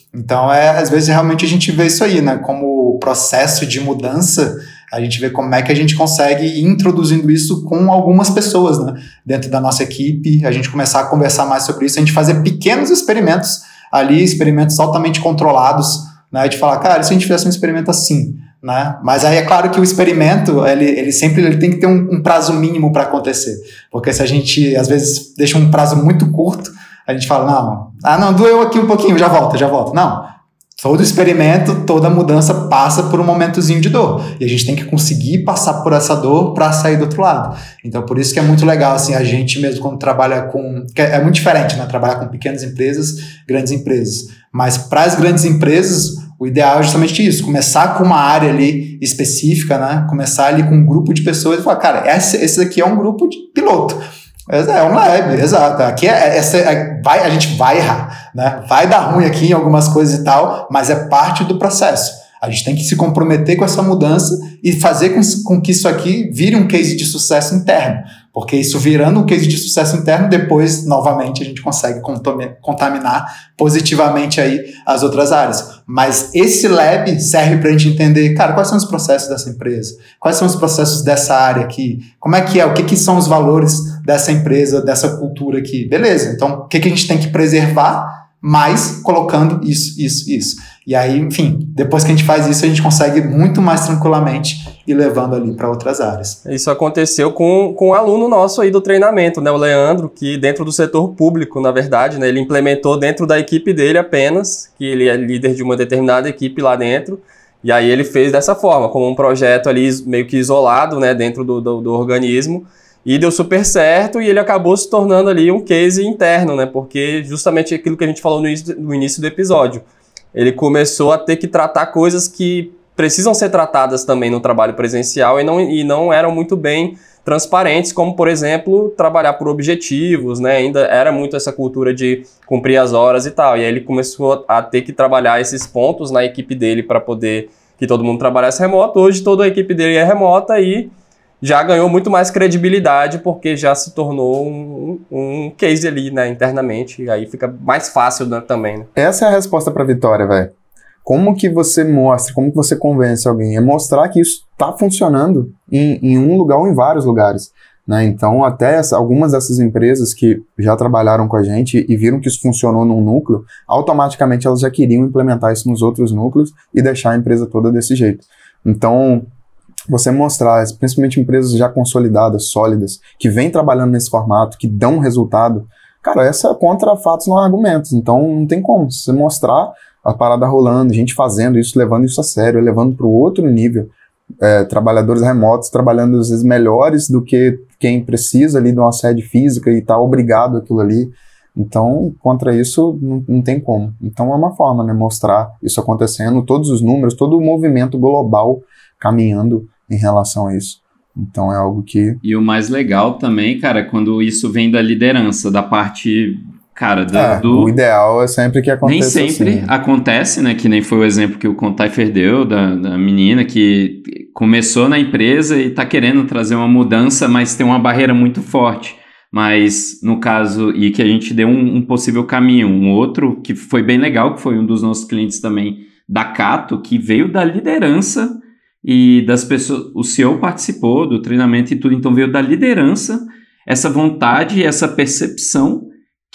Então, é, às vezes, realmente a gente vê isso aí, né? Como processo de mudança, a gente vê como é que a gente consegue ir introduzindo isso com algumas pessoas, né? Dentro da nossa equipe, a gente começar a conversar mais sobre isso, a gente fazer pequenos experimentos ali, experimentos altamente controlados, né? De falar, cara, e se a gente fizesse um experimento assim, né? Mas aí é claro que o experimento, ele, ele sempre ele tem que ter um, um prazo mínimo para acontecer, porque se a gente, às vezes, deixa um prazo muito curto, a gente fala, não, ah, não, doeu aqui um pouquinho, já volta, já volta. Não, todo experimento, toda mudança passa por um momentozinho de dor. E a gente tem que conseguir passar por essa dor para sair do outro lado. Então, por isso que é muito legal, assim, a gente mesmo quando trabalha com... É muito diferente, né? Trabalhar com pequenas empresas, grandes empresas. Mas para as grandes empresas, o ideal é justamente isso, começar com uma área ali específica, né? Começar ali com um grupo de pessoas e falar, cara, esse, esse aqui é um grupo de piloto. É um lab, exato. Aqui é, essa, é, vai, a gente vai errar, né? Vai dar ruim aqui em algumas coisas e tal, mas é parte do processo. A gente tem que se comprometer com essa mudança e fazer com, com que isso aqui vire um case de sucesso interno. Porque isso virando um case de sucesso interno, depois, novamente, a gente consegue contaminar positivamente aí as outras áreas. Mas esse lab serve para a gente entender, cara, quais são os processos dessa empresa? Quais são os processos dessa área aqui? Como é que é? O que, que são os valores dessa empresa, dessa cultura aqui? Beleza, então o que, que a gente tem que preservar, mas colocando isso, isso, isso. E aí, enfim, depois que a gente faz isso, a gente consegue muito mais tranquilamente ir levando ali para outras áreas. Isso aconteceu com, com um aluno nosso aí do treinamento, né, o Leandro, que dentro do setor público, na verdade, né, ele implementou dentro da equipe dele apenas, que ele é líder de uma determinada equipe lá dentro, e aí ele fez dessa forma, como um projeto ali meio que isolado, né, dentro do, do, do organismo, e deu super certo, e ele acabou se tornando ali um case interno, né, porque justamente aquilo que a gente falou no início, no início do episódio, ele começou a ter que tratar coisas que precisam ser tratadas também no trabalho presencial e não, e não eram muito bem transparentes, como, por exemplo, trabalhar por objetivos, né? Ainda era muito essa cultura de cumprir as horas e tal. E aí ele começou a ter que trabalhar esses pontos na equipe dele para poder que todo mundo trabalhasse remoto. Hoje toda a equipe dele é remota e já ganhou muito mais credibilidade porque já se tornou um, um case ali, né, internamente. E aí fica mais fácil, né, também. Né? Essa é a resposta para a vitória, velho. Como que você mostra, como que você convence alguém? É mostrar que isso está funcionando em, em um lugar ou em vários lugares. Né? Então, até essa, algumas dessas empresas que já trabalharam com a gente e viram que isso funcionou num núcleo, automaticamente elas já queriam implementar isso nos outros núcleos e deixar a empresa toda desse jeito. Então, você mostrar, principalmente empresas já consolidadas, sólidas, que vêm trabalhando nesse formato, que dão resultado, cara, essa é contra fatos, não argumentos. Então, não tem como. Você mostrar a parada rolando, gente fazendo isso, levando isso a sério, levando para o outro nível, é, trabalhadores remotos trabalhando às vezes melhores do que quem precisa ali de uma sede física e tá obrigado àquilo ali. Então, contra isso, não, não tem como. Então, é uma forma, né, mostrar isso acontecendo, todos os números, todo o movimento global caminhando em relação a isso. Então, é algo que... E o mais legal também, cara, quando isso vem da liderança, da parte... Cara, do, é, do... o ideal é sempre que aconteça. Nem sempre assim. acontece, né? Que nem foi o exemplo que o Contaifer deu da, da menina que começou na empresa e tá querendo trazer uma mudança, mas tem uma barreira muito forte. Mas, no caso, e que a gente deu um, um possível caminho. Um outro que foi bem legal, que foi um dos nossos clientes também, da Cato, que veio da liderança e das pessoas... O C E O participou do treinamento e tudo, então veio da liderança essa vontade, essa percepção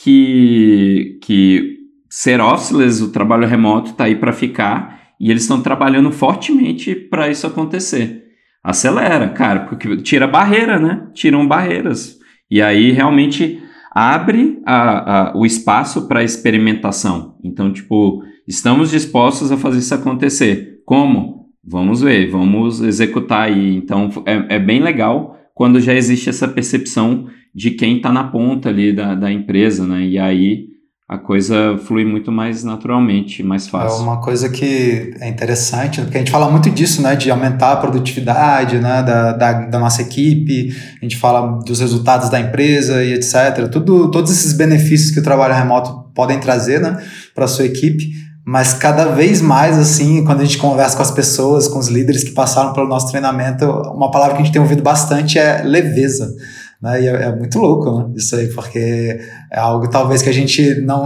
que, que ser officeless, o trabalho remoto está aí para ficar e eles estão trabalhando fortemente para isso acontecer. Acelera, cara, porque tira barreira, né? Tiram barreiras. E aí realmente abre a, a, o espaço para experimentação. Então, tipo, estamos dispostos a fazer isso acontecer. Como? Vamos ver, vamos executar aí. Então, é, é bem legal quando já existe essa percepção de quem está na ponta ali da, da empresa, né? E aí a coisa flui muito mais naturalmente, mais fácil. É uma coisa que é interessante, porque a gente fala muito disso, né? De aumentar a produtividade, né? Da, da, da nossa equipe, a gente fala dos resultados da empresa e etcétera. Tudo, todos esses benefícios que o trabalho remoto podem trazer, né? Para a sua equipe. Mas cada vez mais, assim, quando a gente conversa com as pessoas, com os líderes que passaram pelo nosso treinamento, uma palavra que a gente tem ouvido bastante é leveza. Né? E é, é muito louco, né? Isso aí, porque é algo talvez que a gente não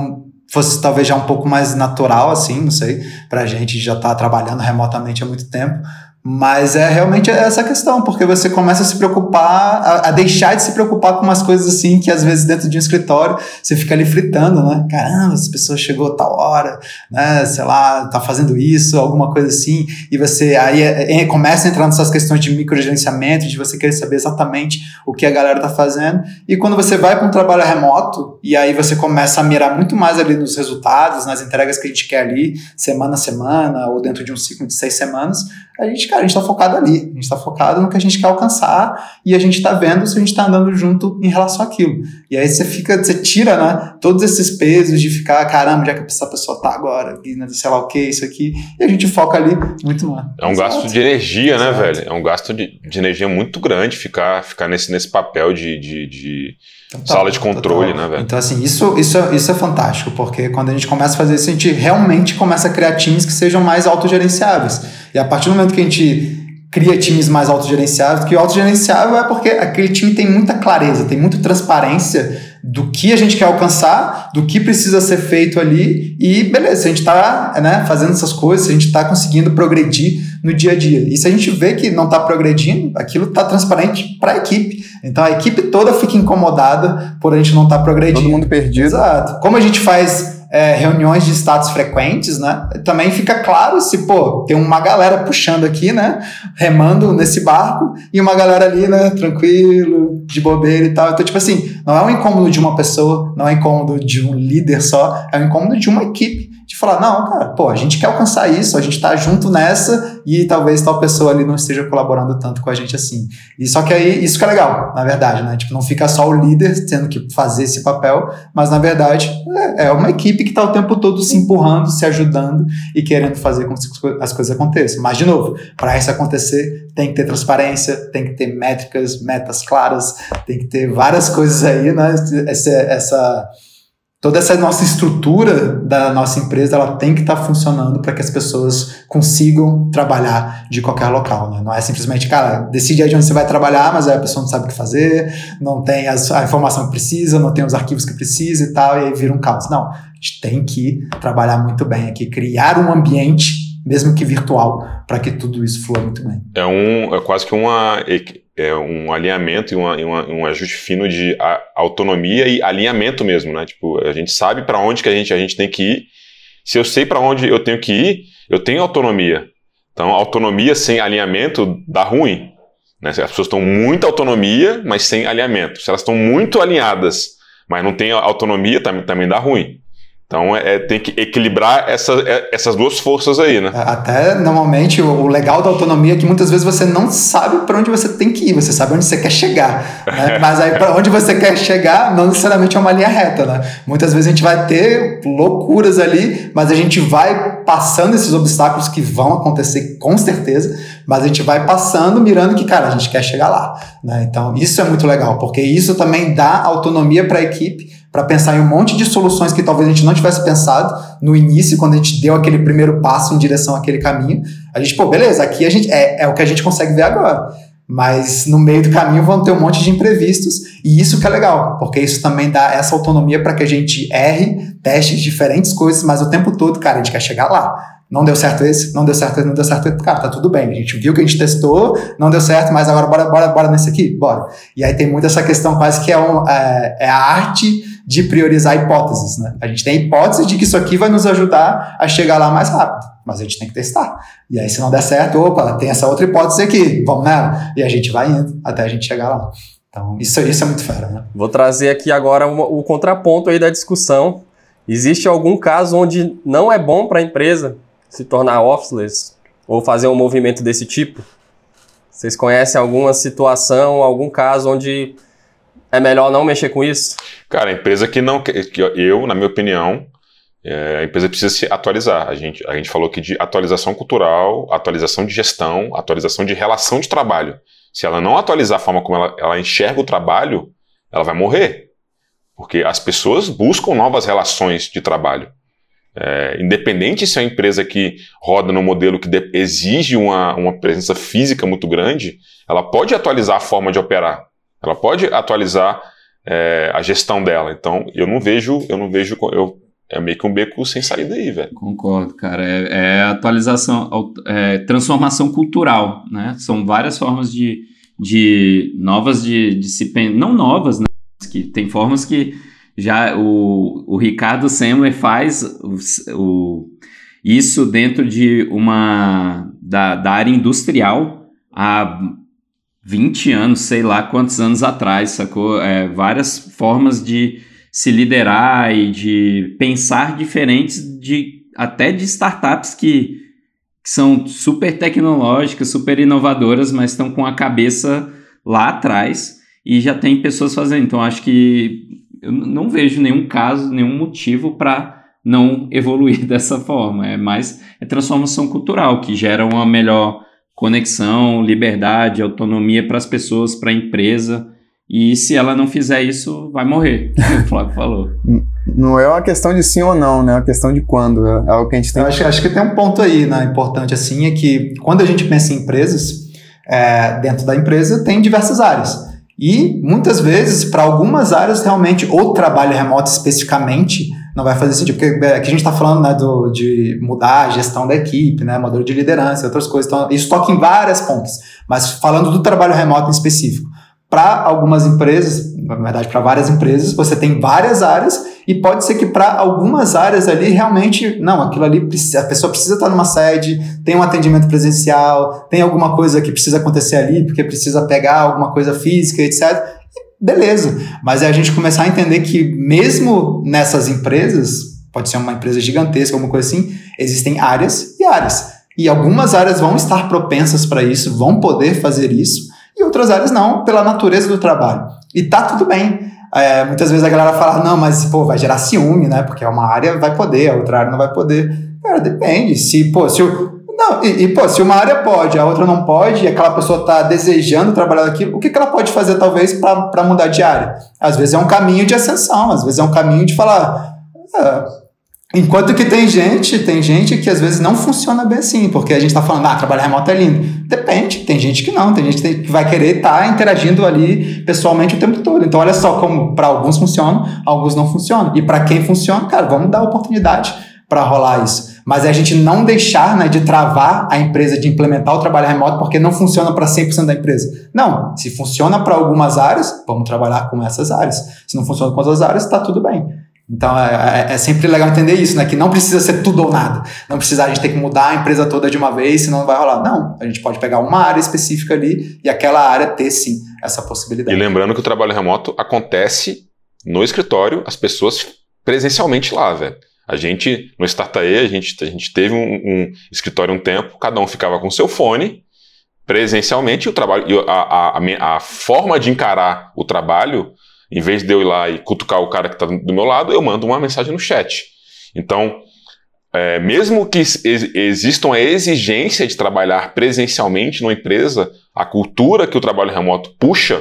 fosse talvez já um pouco mais natural, assim, não sei, pra gente já tá trabalhando remotamente há muito tempo. Mas é realmente essa questão, porque você começa a se preocupar, a, a deixar de se preocupar com umas coisas assim, que às vezes dentro de um escritório você fica ali fritando, né? Caramba, essa pessoa chegou a tal hora, né? Sei lá, tá fazendo isso, alguma coisa assim, e você aí é, é, começa a entrar nessas questões de microgerenciamento, de você querer saber exatamente o que a galera tá fazendo, e quando você vai para um trabalho remoto, e aí você começa a mirar muito mais ali nos resultados, nas entregas que a gente quer ali, semana a semana, ou dentro de um ciclo de seis semanas, a gente, cara, a gente tá focado ali, a gente tá focado no que a gente quer alcançar e a gente tá vendo se a gente tá andando junto em relação àquilo. E aí você fica, você tira, né, todos esses pesos de ficar, caramba, onde é que essa pessoa tá agora, sei lá o que, isso aqui, e a gente foca ali muito mais. É um Exato. gasto de energia, Exato. né, velho? É um gasto de, de energia muito grande ficar, ficar nesse, nesse papel de, de, de total, sala de controle, total. Né, velho? Então, assim, isso, isso, isso é fantástico, porque quando a gente começa a fazer isso, a gente realmente começa a criar times que sejam mais autogerenciáveis. E a partir do momento que a gente cria times mais autogerenciáveis, que o autogerenciável é porque aquele time tem muita clareza, tem muita transparência do que a gente quer alcançar, do que precisa ser feito ali, e beleza, se a gente está, né, fazendo essas coisas, se a gente está conseguindo progredir no dia a dia. E se a gente vê que não está progredindo, aquilo está transparente para a equipe. Então a equipe toda fica incomodada por a gente não estar tá progredindo. Todo mundo perdido. Exato. Como a gente faz é, reuniões de status frequentes, né? Também fica claro se, pô, tem uma galera puxando aqui, né? Remando nesse barco e uma galera ali, né? Tranquilo, de bobeira e tal. Então, tipo assim, não é um incômodo de uma pessoa, não é um incômodo de um líder só, é um incômodo de uma equipe. De falar, não, cara, pô, a gente quer alcançar isso, a gente tá junto nessa e talvez tal pessoa ali não esteja colaborando tanto com a gente assim. E só que aí, isso que é legal, na verdade, né? Tipo, não fica só o líder tendo que fazer esse papel, mas na verdade é, é uma equipe que tá o tempo todo se empurrando, se ajudando e querendo fazer com que as coisas aconteçam. Mas, de novo, para isso acontecer, tem que ter transparência, tem que ter métricas, metas claras, tem que ter várias coisas aí, né? Essa... essa Toda essa nossa estrutura da nossa empresa, ela tem que estar tá funcionando para que as pessoas consigam trabalhar de qualquer local, né? Não é simplesmente, cara, decide aí de onde você vai trabalhar, mas aí a pessoa não sabe o que fazer, não tem as, a informação que precisa, não tem os arquivos que precisa e tal, e aí vira um caos. Não, a gente tem que trabalhar muito bem aqui, criar um ambiente, mesmo que virtual, para que tudo isso flua muito bem. É, um, é quase que uma... É um alinhamento e, uma, e uma, um ajuste fino de a, autonomia e alinhamento mesmo, né? Tipo, a gente sabe para onde que a gente, a gente tem que ir. Se eu sei para onde eu tenho que ir, eu tenho autonomia. Então, autonomia sem alinhamento dá ruim, né? As pessoas estão muita autonomia, mas sem alinhamento. Se elas estão muito alinhadas, mas não têm autonomia, também, também dá ruim. Então, é, tem que equilibrar essa, essas duas forças aí, né? Até, normalmente, o, o legal da autonomia é que muitas vezes você não sabe para onde você tem que ir, você sabe onde você quer chegar, né? Mas aí, para onde você quer chegar, não necessariamente é uma linha reta, né? Muitas vezes a gente vai ter loucuras ali, mas a gente vai passando esses obstáculos que vão acontecer com certeza, mas a gente vai passando, mirando que, cara, a gente quer chegar lá, né? Então, isso é muito legal, porque isso também dá autonomia para a equipe, para pensar em um monte de soluções que talvez a gente não tivesse pensado no início, quando a gente deu aquele primeiro passo em direção àquele caminho. A gente, pô, beleza, aqui a gente é, é o que a gente consegue ver agora. Mas no meio do caminho vão ter um monte de imprevistos, e isso que é legal, porque isso também dá essa autonomia para que a gente erre, teste diferentes coisas, mas o tempo todo, cara, a gente quer chegar lá. Não deu certo esse, não deu certo esse, não deu certo esse, cara, tá tudo bem, a gente viu que a gente testou, não deu certo, mas agora bora, bora, bora nesse aqui, bora. E aí tem muito essa questão quase que é, um, é, é a arte de priorizar hipóteses, né? A gente tem a hipótese de que isso aqui vai nos ajudar a chegar lá mais rápido, mas a gente tem que testar. E aí se não der certo, opa, tem essa outra hipótese aqui, vamos nela. E a gente vai indo até a gente chegar lá. Então isso, isso é muito fera, né? Vou trazer aqui agora uma, o contraponto aí da discussão. Existe algum caso onde não é bom para a empresa se tornar officeless ou fazer um movimento desse tipo? Vocês conhecem alguma situação, algum caso onde é melhor não mexer com isso? Cara, a empresa que não... que eu, na minha opinião, é, a empresa precisa se atualizar. A gente, a gente falou aqui de atualização cultural, atualização de gestão, atualização de relação de trabalho. Se ela não atualizar a forma como ela, ela enxerga o trabalho, ela vai morrer. Porque as pessoas buscam novas relações de trabalho. É, independente se é uma empresa que roda num modelo que de, exige uma, uma presença física muito grande, ela pode atualizar a forma de operar. Ela pode atualizar é, a gestão dela. Então, eu não vejo, eu não vejo, eu é meio que um beco sem saída aí, velho. Concordo, cara. É, é atualização, é transformação cultural, né? São várias formas de, de novas de, de se pensar, não novas, né? Que tem formas que já o, o Ricardo Semler faz o, o, isso dentro de uma da, da área industrial há vinte anos, sei lá quantos anos atrás, sacou? É, várias formas de se liderar e de pensar diferentes, de, até de startups que, que são super tecnológicas, super inovadoras, mas estão com a cabeça lá atrás e já tem pessoas fazendo. Então, acho que eu não vejo nenhum caso, nenhum motivo para não evoluir dessa forma. É mais é transformação cultural, que gera uma melhor conexão, liberdade, autonomia para as pessoas, para a empresa. E se ela não fizer isso, vai morrer, como o Flávio falou. Não é uma questão de sim ou não, né? É uma questão de quando. É o que a gente tem. Eu acho, acho que tem um ponto aí, né, importante assim, é que quando a gente pensa em empresas, é, dentro da empresa tem diversas áreas. E muitas vezes, para algumas áreas, realmente, o trabalho remoto especificamente não vai fazer sentido, porque aqui a gente está falando, né, do, de mudar a gestão da equipe, né, modelo de liderança, outras coisas. Então, isso toca em várias pontas, mas falando do trabalho remoto em específico. Para algumas empresas, na verdade, para várias empresas, você tem várias áreas e pode ser que para algumas áreas ali realmente, não, aquilo ali, precisa, a pessoa precisa estar numa sede, tem um atendimento presencial, tem alguma coisa que precisa acontecer ali, porque precisa pegar alguma coisa física, etcétera. E beleza, mas é a gente começar a entender que mesmo nessas empresas, pode ser uma empresa gigantesca, alguma coisa assim, existem áreas e áreas. E algumas áreas vão estar propensas para isso, vão poder fazer isso, e outras áreas não, pela natureza do trabalho. E tá tudo bem. É, muitas vezes a galera fala, não, mas pô, vai gerar ciúme, né? Porque uma área vai poder, a outra área não vai poder. Cara, depende. Se, pô, se, o, não, e, e, pô, se uma área pode, a outra não pode, e aquela pessoa tá desejando trabalhar naquilo, o que, que ela pode fazer, talvez, para mudar de área? Às vezes é um caminho de ascensão, às vezes é um caminho de falar... Ah, enquanto que tem gente, tem gente que às vezes não funciona bem assim, porque a gente está falando, ah, trabalho remoto é lindo. Depende, tem gente que não, tem gente que, tem, que vai querer estar tá interagindo ali pessoalmente o tempo todo. Então, olha só como para alguns funciona, alguns não funcionam. E para quem funciona, cara, vamos dar oportunidade para rolar isso. Mas é a gente não deixar, né, de travar a empresa de implementar o trabalho remoto porque não funciona para cem por cento da empresa. Não, se funciona para algumas áreas, vamos trabalhar com essas áreas. Se não funciona com outras áreas, está tudo bem. Então, é, é sempre legal entender isso, né? Que não precisa ser tudo ou nada. Não precisa a gente ter que mudar a empresa toda de uma vez, senão não vai rolar. Não, a gente pode pegar uma área específica ali e aquela área ter, sim, essa possibilidade. E lembrando que o trabalho remoto acontece no escritório, as pessoas presencialmente lá, velho. A gente, no Startae, a gente, a gente teve um, um escritório um tempo, cada um ficava com seu fone, presencialmente, e o trabalho, a, a, a, a forma de encarar o trabalho, em vez de eu ir lá e cutucar o cara que está do meu lado, eu mando uma mensagem no chat. Então, é, mesmo que ex- existam a exigência de trabalhar presencialmente numa empresa, a cultura que o trabalho remoto puxa,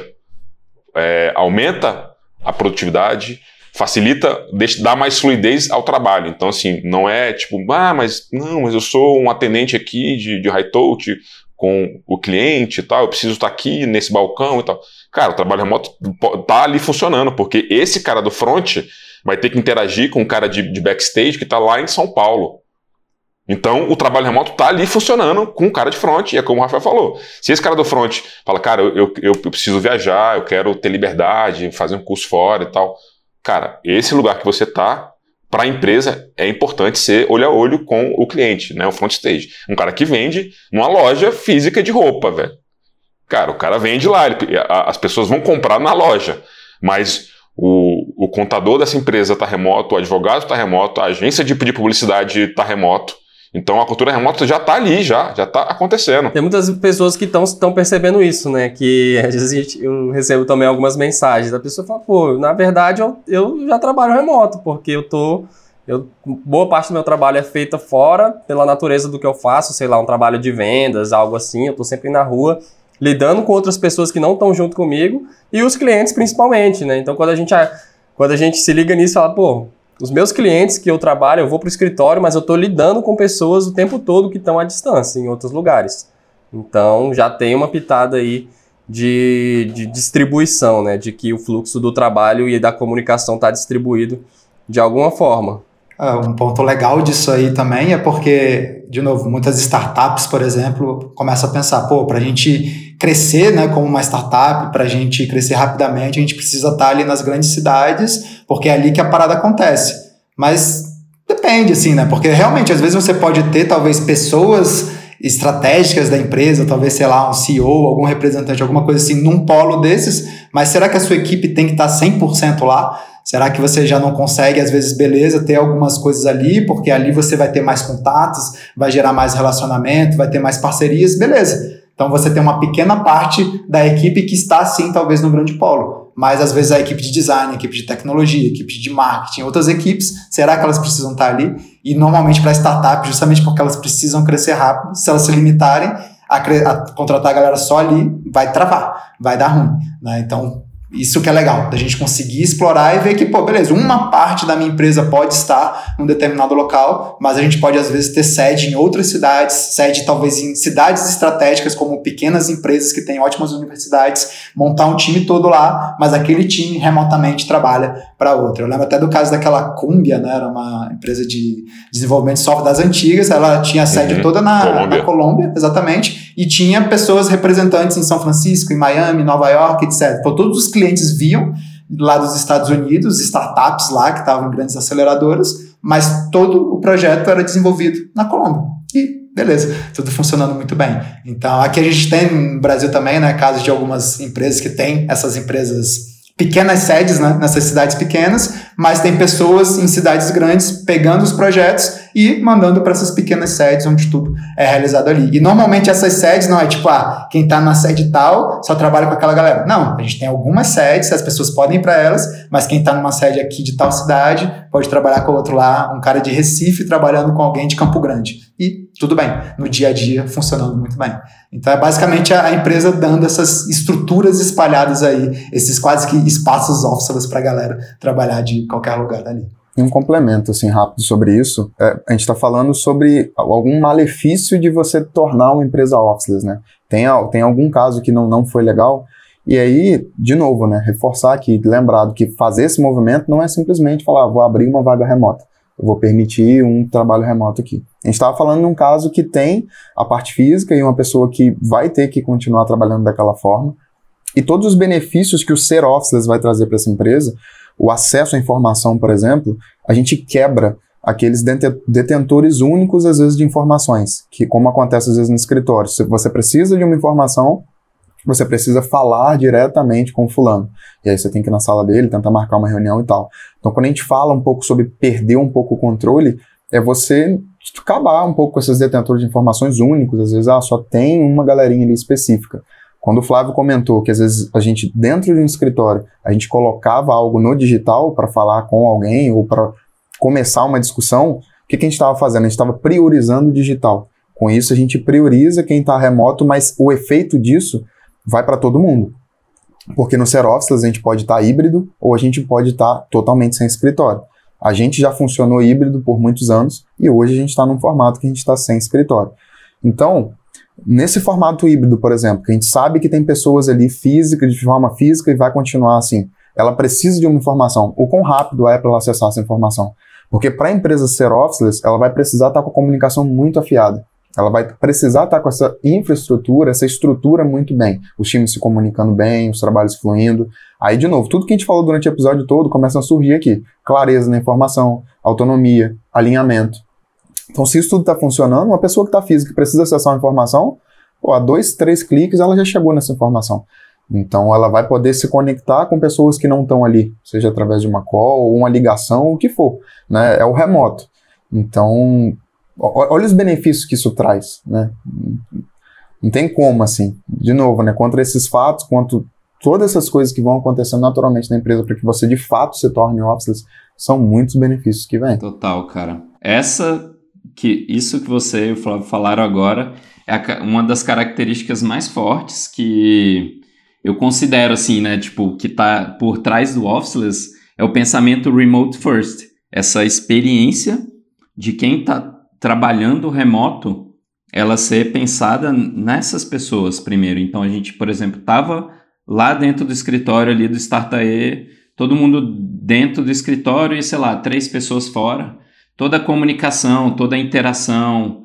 é, aumenta a produtividade, facilita, deixa, dá mais fluidez ao trabalho. Então, assim, não é tipo, ah, mas não, mas eu sou um atendente aqui de, de high touch com o cliente e tal, eu preciso estar aqui nesse balcão e tal. Cara, o trabalho remoto tá ali funcionando, porque esse cara do front vai ter que interagir com o cara de, de backstage que tá lá em São Paulo. Então, o trabalho remoto tá ali funcionando com o cara de front, e é como o Rafael falou. Se esse cara do front fala, cara, eu, eu, eu preciso viajar, eu quero ter liberdade, fazer um curso fora e tal. Cara, esse lugar que você tá, para a empresa, é importante ser olho a olho com o cliente, né? O front stage. Um cara que vende numa loja física de roupa, velho. Cara, o cara vende lá, ele, a, as pessoas vão comprar na loja, mas o, o contador dessa empresa está remoto, o advogado está remoto, a agência de, de publicidade está remoto. Então a cultura remota já está ali, já já está acontecendo. Tem muitas pessoas que estão percebendo isso, né? Que às vezes eu recebo também algumas mensagens. A pessoa fala, pô, na verdade eu, eu já trabalho remoto, porque eu tô... Eu, boa parte do meu trabalho é feita fora, pela natureza do que eu faço, sei lá, um trabalho de vendas, algo assim, eu tô sempre na rua, lidando com outras pessoas que não estão junto comigo, e os clientes principalmente, né? Então, quando a gente, quando a gente se liga nisso, fala, pô, os meus clientes que eu trabalho, eu vou pro escritório, mas eu tô lidando com pessoas o tempo todo que estão à distância, em outros lugares. Então, já tem uma pitada aí de, de distribuição, né? De que o fluxo do trabalho e da comunicação está distribuído de alguma forma. Um ponto legal disso aí também é porque, de novo, muitas startups, por exemplo, começam a pensar, pô, para a gente crescer, né, como uma startup, para a gente crescer rapidamente, a gente precisa estar ali nas grandes cidades, porque é ali que a parada acontece. Mas depende, assim, né, porque realmente, às vezes você pode ter, talvez, pessoas estratégicas da empresa, talvez, sei lá, um C E O, algum representante, alguma coisa assim, num polo desses, mas será que a sua equipe tem que estar cem por cento lá? Será que você já não consegue, às vezes, beleza, ter algumas coisas ali, porque ali você vai ter mais contatos, vai gerar mais relacionamento, vai ter mais parcerias, beleza. Então você tem uma pequena parte da equipe que está, sim, talvez no grande polo. Mas, às vezes, a equipe de design, a equipe de tecnologia, a equipe de marketing, outras equipes, será que elas precisam estar ali? E, normalmente, para startup, justamente porque elas precisam crescer rápido, se elas se limitarem a, a contratar a galera só ali, vai travar, vai dar ruim, né? Então, isso que é legal, da gente conseguir explorar e ver que, pô, beleza, uma parte da minha empresa pode estar num determinado local, mas a gente pode, às vezes, ter sede em outras cidades, sede talvez em cidades estratégicas, como pequenas empresas que têm ótimas universidades, montar um time todo lá, mas aquele time remotamente trabalha para outra. Eu lembro até do caso daquela Cumbia, né, era uma empresa de desenvolvimento de software das antigas, ela tinha a sede uhum. toda na Colômbia. na Colômbia, exatamente, e tinha pessoas representantes em São Francisco, em Miami, Nova York, etcétera. Então, todos os clientes viam lá dos Estados Unidos, startups lá que estavam em grandes aceleradoras, mas todo o projeto era desenvolvido na Colômbia. E beleza, tudo funcionando muito bem. Então, aqui a gente tem no Brasil também, né, casos de algumas empresas que têm essas empresas pequenas sedes, né, nessas cidades pequenas, mas tem pessoas em cidades grandes pegando os projetos e mandando para essas pequenas sedes onde tudo é realizado ali. E normalmente essas sedes não é tipo, ah, quem está na sede tal só trabalha com aquela galera. Não, a gente tem algumas sedes, as pessoas podem ir para elas, mas quem está numa sede aqui de tal cidade pode trabalhar com o outro lá, um cara de Recife trabalhando com alguém de Campo Grande. E tudo bem, no dia a dia funcionando muito bem. Então é basicamente a, a empresa dando essas estruturas espalhadas aí, esses quase que espaços officeless para a galera trabalhar de qualquer lugar dali. E um complemento, assim, rápido sobre isso, é, a gente está falando sobre algum malefício de você tornar uma empresa officeless, né? Tem, tem algum caso que não, não foi legal, e aí, de novo, né, reforçar aqui, lembrado que fazer esse movimento não é simplesmente falar, ah, vou abrir uma vaga remota, eu vou permitir um trabalho remoto aqui. A gente estava falando de um caso que tem a parte física e uma pessoa que vai ter que continuar trabalhando daquela forma, e todos os benefícios que o ser officeless vai trazer para essa empresa, o acesso à informação, por exemplo, a gente quebra aqueles detentores únicos, às vezes, de informações, que como acontece, às vezes, no escritório. Se você precisa de uma informação, você precisa falar diretamente com o fulano. E aí você tem que ir na sala dele, tentar marcar uma reunião e tal. Então, quando a gente fala um pouco sobre perder um pouco o controle, é você acabar um pouco com esses detentores de informações únicos. Às vezes, ah, só tem uma galerinha ali específica. Quando o Flávio comentou que às vezes a gente, dentro de um escritório, a gente colocava algo no digital para falar com alguém ou para começar uma discussão, o que, que a gente estava fazendo? A gente estava priorizando o digital. Com isso, a gente prioriza quem está remoto, mas o efeito disso vai para todo mundo. Porque no Ser Officeless a gente pode estar tá híbrido ou a gente pode estar tá totalmente sem escritório. A gente já funcionou híbrido por muitos anos e hoje a gente está num formato que a gente está sem escritório. Então, nesse formato híbrido, por exemplo, que a gente sabe que tem pessoas ali física, de forma física e vai continuar assim, ela precisa de uma informação. O quão rápido é para ela acessar essa informação? Porque para a empresa ser officeless, ela vai precisar estar com a comunicação muito afiada. Ela vai precisar estar com essa infraestrutura, essa estrutura muito bem. Os times se comunicando bem, os trabalhos fluindo. Aí, de novo, tudo que a gente falou durante o episódio todo começa a surgir aqui. Clareza na informação, autonomia, alinhamento. Então, se isso tudo está funcionando, uma pessoa que está física e precisa acessar uma informação, pô, a dois, três cliques ela já chegou nessa informação. Então, ela vai poder se conectar com pessoas que não estão ali, seja através de uma call ou uma ligação, o que for, né? É o remoto. Então, olha os benefícios que isso traz, né? Não tem como, assim, de novo, né? Contra esses fatos, quanto todas essas coisas que vão acontecendo naturalmente na empresa para que você, de fato, se torne officeless, são muitos benefícios que vêm. Total, cara. Essa... que isso que você e o Flávio falaram agora é uma das características mais fortes que eu considero, assim, né, tipo, que tá por trás do officeless é o pensamento remote first, essa experiência de quem tá trabalhando remoto, ela ser pensada nessas pessoas primeiro. Então, a gente, por exemplo, tava lá dentro do escritório ali do Startae, todo mundo dentro do escritório e, sei lá, três pessoas fora. toda a comunicação, toda a interação,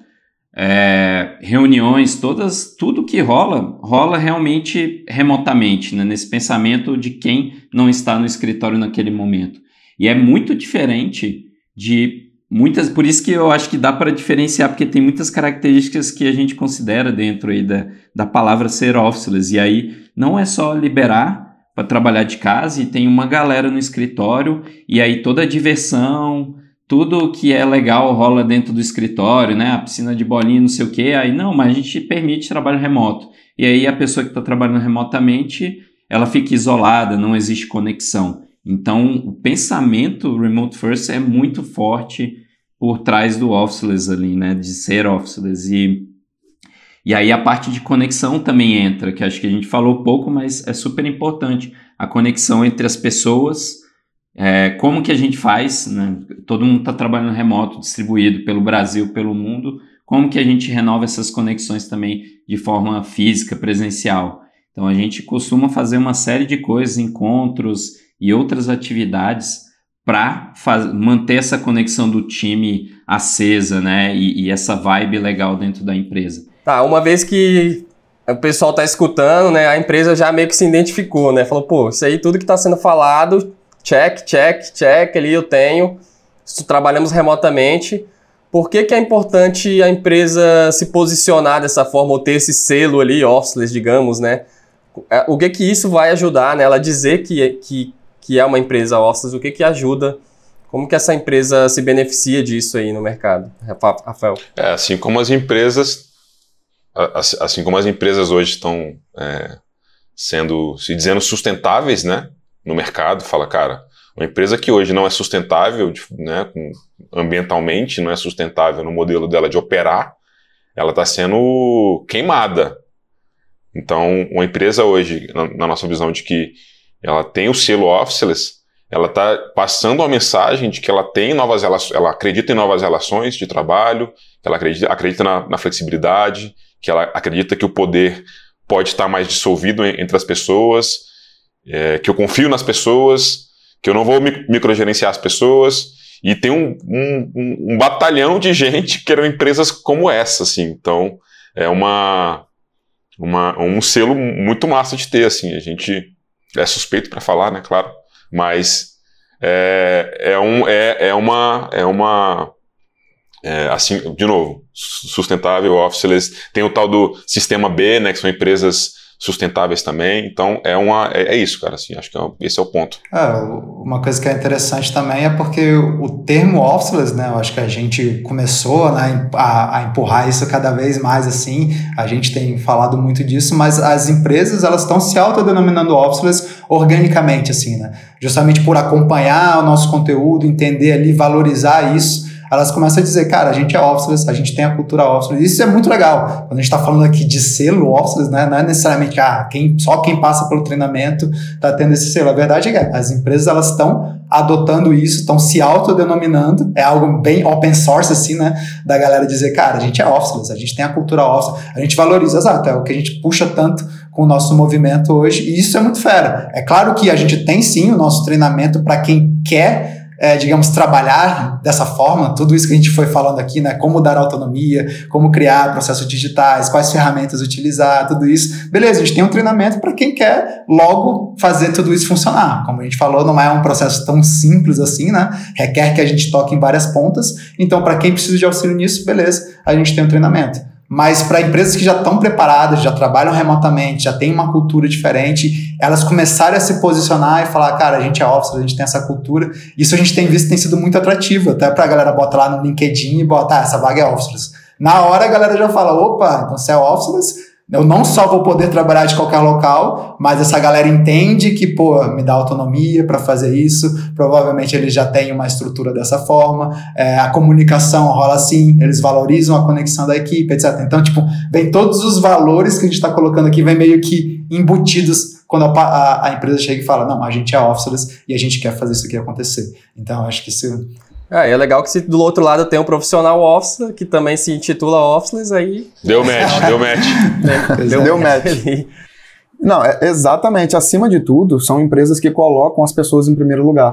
é, reuniões, todas, tudo que rola, rola realmente remotamente, né? Nesse pensamento de quem não está no escritório naquele momento. E é muito diferente de muitas, por isso que eu acho que dá para diferenciar, porque tem muitas características que a gente considera dentro aí da, da palavra ser officeless, e aí não é só liberar para trabalhar de casa e tem uma galera no escritório, e aí toda a diversão, tudo que é legal rola dentro do escritório, né? A piscina de bolinha, não sei o quê, aí não, mas a gente permite trabalho remoto. E aí a pessoa que está trabalhando remotamente, ela fica isolada, não existe conexão. Então, o pensamento remote first é muito forte por trás do officeless ali, né? De ser officeless. E, e aí a parte de conexão também entra, que acho que a gente falou pouco, mas é super importante. A conexão entre as pessoas, é, como que a gente faz, né? Todo mundo está trabalhando remoto, distribuído pelo Brasil, pelo mundo. Como que a gente renova essas conexões também de forma física, presencial? Então, a gente costuma fazer uma série de coisas, encontros e outras atividades para manter essa conexão do time acesa, né? E, e essa vibe legal dentro da empresa. Tá, uma vez que o pessoal está escutando, né? A empresa já meio que se identificou, né? Falou, pô, isso aí tudo que está sendo falado, check, check, check, ali eu tenho. Trabalhamos remotamente. Por que que é importante a empresa se posicionar dessa forma ou ter esse selo ali, officeless, digamos, né? O que que isso vai ajudar, né? Ela dizer que, que, que é uma empresa officeless, o que que ajuda? Como que essa empresa se beneficia disso aí no mercado, Rafael? É, assim como as empresas, assim como as empresas hoje estão é, sendo, se dizendo sustentáveis, né, no mercado, fala, cara, uma empresa que hoje não é sustentável, né, ambientalmente, não é sustentável no modelo dela de operar, ela está sendo queimada. Então, uma empresa hoje, na, na nossa visão de que ela tem o selo officeless, ela está passando uma mensagem de que ela tem novas relações, ela acredita em novas relações de trabalho, que ela acredita, acredita na, na flexibilidade, que ela acredita que o poder pode estar mais dissolvido entre as pessoas, é, que eu confio nas pessoas, que eu não vou microgerenciar as pessoas, e tem um, um, um batalhão de gente que querem empresas como essa, assim. Então, é uma, uma, um selo muito massa de ter, assim. A gente é suspeito para falar, né, claro, mas é, é, um, é, é uma... É uma é, assim, de novo, sustentável, officeless, tem o tal do sistema B, né, que são empresas sustentáveis também, então é, uma, é, é isso, cara, assim, acho que é, esse é o ponto. É, uma coisa que é interessante também é porque o termo officeless, né, eu acho que a gente começou, né, a, a empurrar isso cada vez mais, assim, a gente tem falado muito disso, mas as empresas, elas estão se autodenominando officeless organicamente, assim, né, justamente por acompanhar o nosso conteúdo, entender ali, valorizar isso, elas começam a dizer, cara, a gente é officeless, a gente tem a cultura officeless, isso é muito legal. Quando a gente está falando aqui de selo officeless, né, não é necessariamente ah, quem, só quem passa pelo treinamento está tendo esse selo. A verdade é que as empresas elas estão adotando isso, estão se autodenominando, é algo bem open source, assim, né, da galera dizer, cara, a gente é officeless, a gente tem a cultura officeless, a gente valoriza, exato, é o que a gente puxa tanto com o nosso movimento hoje, e isso é muito fera. É claro que a gente tem sim o nosso treinamento para quem quer É, digamos, trabalhar dessa forma, tudo isso que a gente foi falando aqui, né, como dar autonomia, como criar processos digitais, quais ferramentas utilizar, tudo isso. Beleza, a gente tem um treinamento para quem quer logo fazer tudo isso funcionar. Como a gente falou, não é um processo tão simples assim, né, requer que a gente toque em várias pontas, então para quem precisa de auxílio nisso, beleza, a gente tem um treinamento. Mas para empresas que já estão preparadas, já trabalham remotamente, já tem uma cultura diferente, elas começarem a se posicionar e falar, cara, a gente é officeless, a gente tem essa cultura. Isso a gente tem visto que tem sido muito atrativo, até para a galera botar lá no LinkedIn e botar, ah, essa vaga é officeless. Na hora a galera já fala, opa, então você é officeless, eu não só vou poder trabalhar de qualquer local, mas essa galera entende que, pô, me dá autonomia para fazer isso, provavelmente eles já têm uma estrutura dessa forma, é, a comunicação rola assim, eles valorizam a conexão da equipe, etcétera. Então, tipo, vem todos os valores que a gente está colocando aqui, vem meio que embutidos quando a, a, a empresa chega e fala, não, a gente é officeless e a gente quer fazer isso aqui acontecer. Então, acho que isso... É, é legal que se do outro lado tem um profissional officeless, que também se intitula officeless, aí... Deu match, deu match. É, deu, deu match. match. Não, é, exatamente. Acima de tudo, são empresas que colocam as pessoas em primeiro lugar.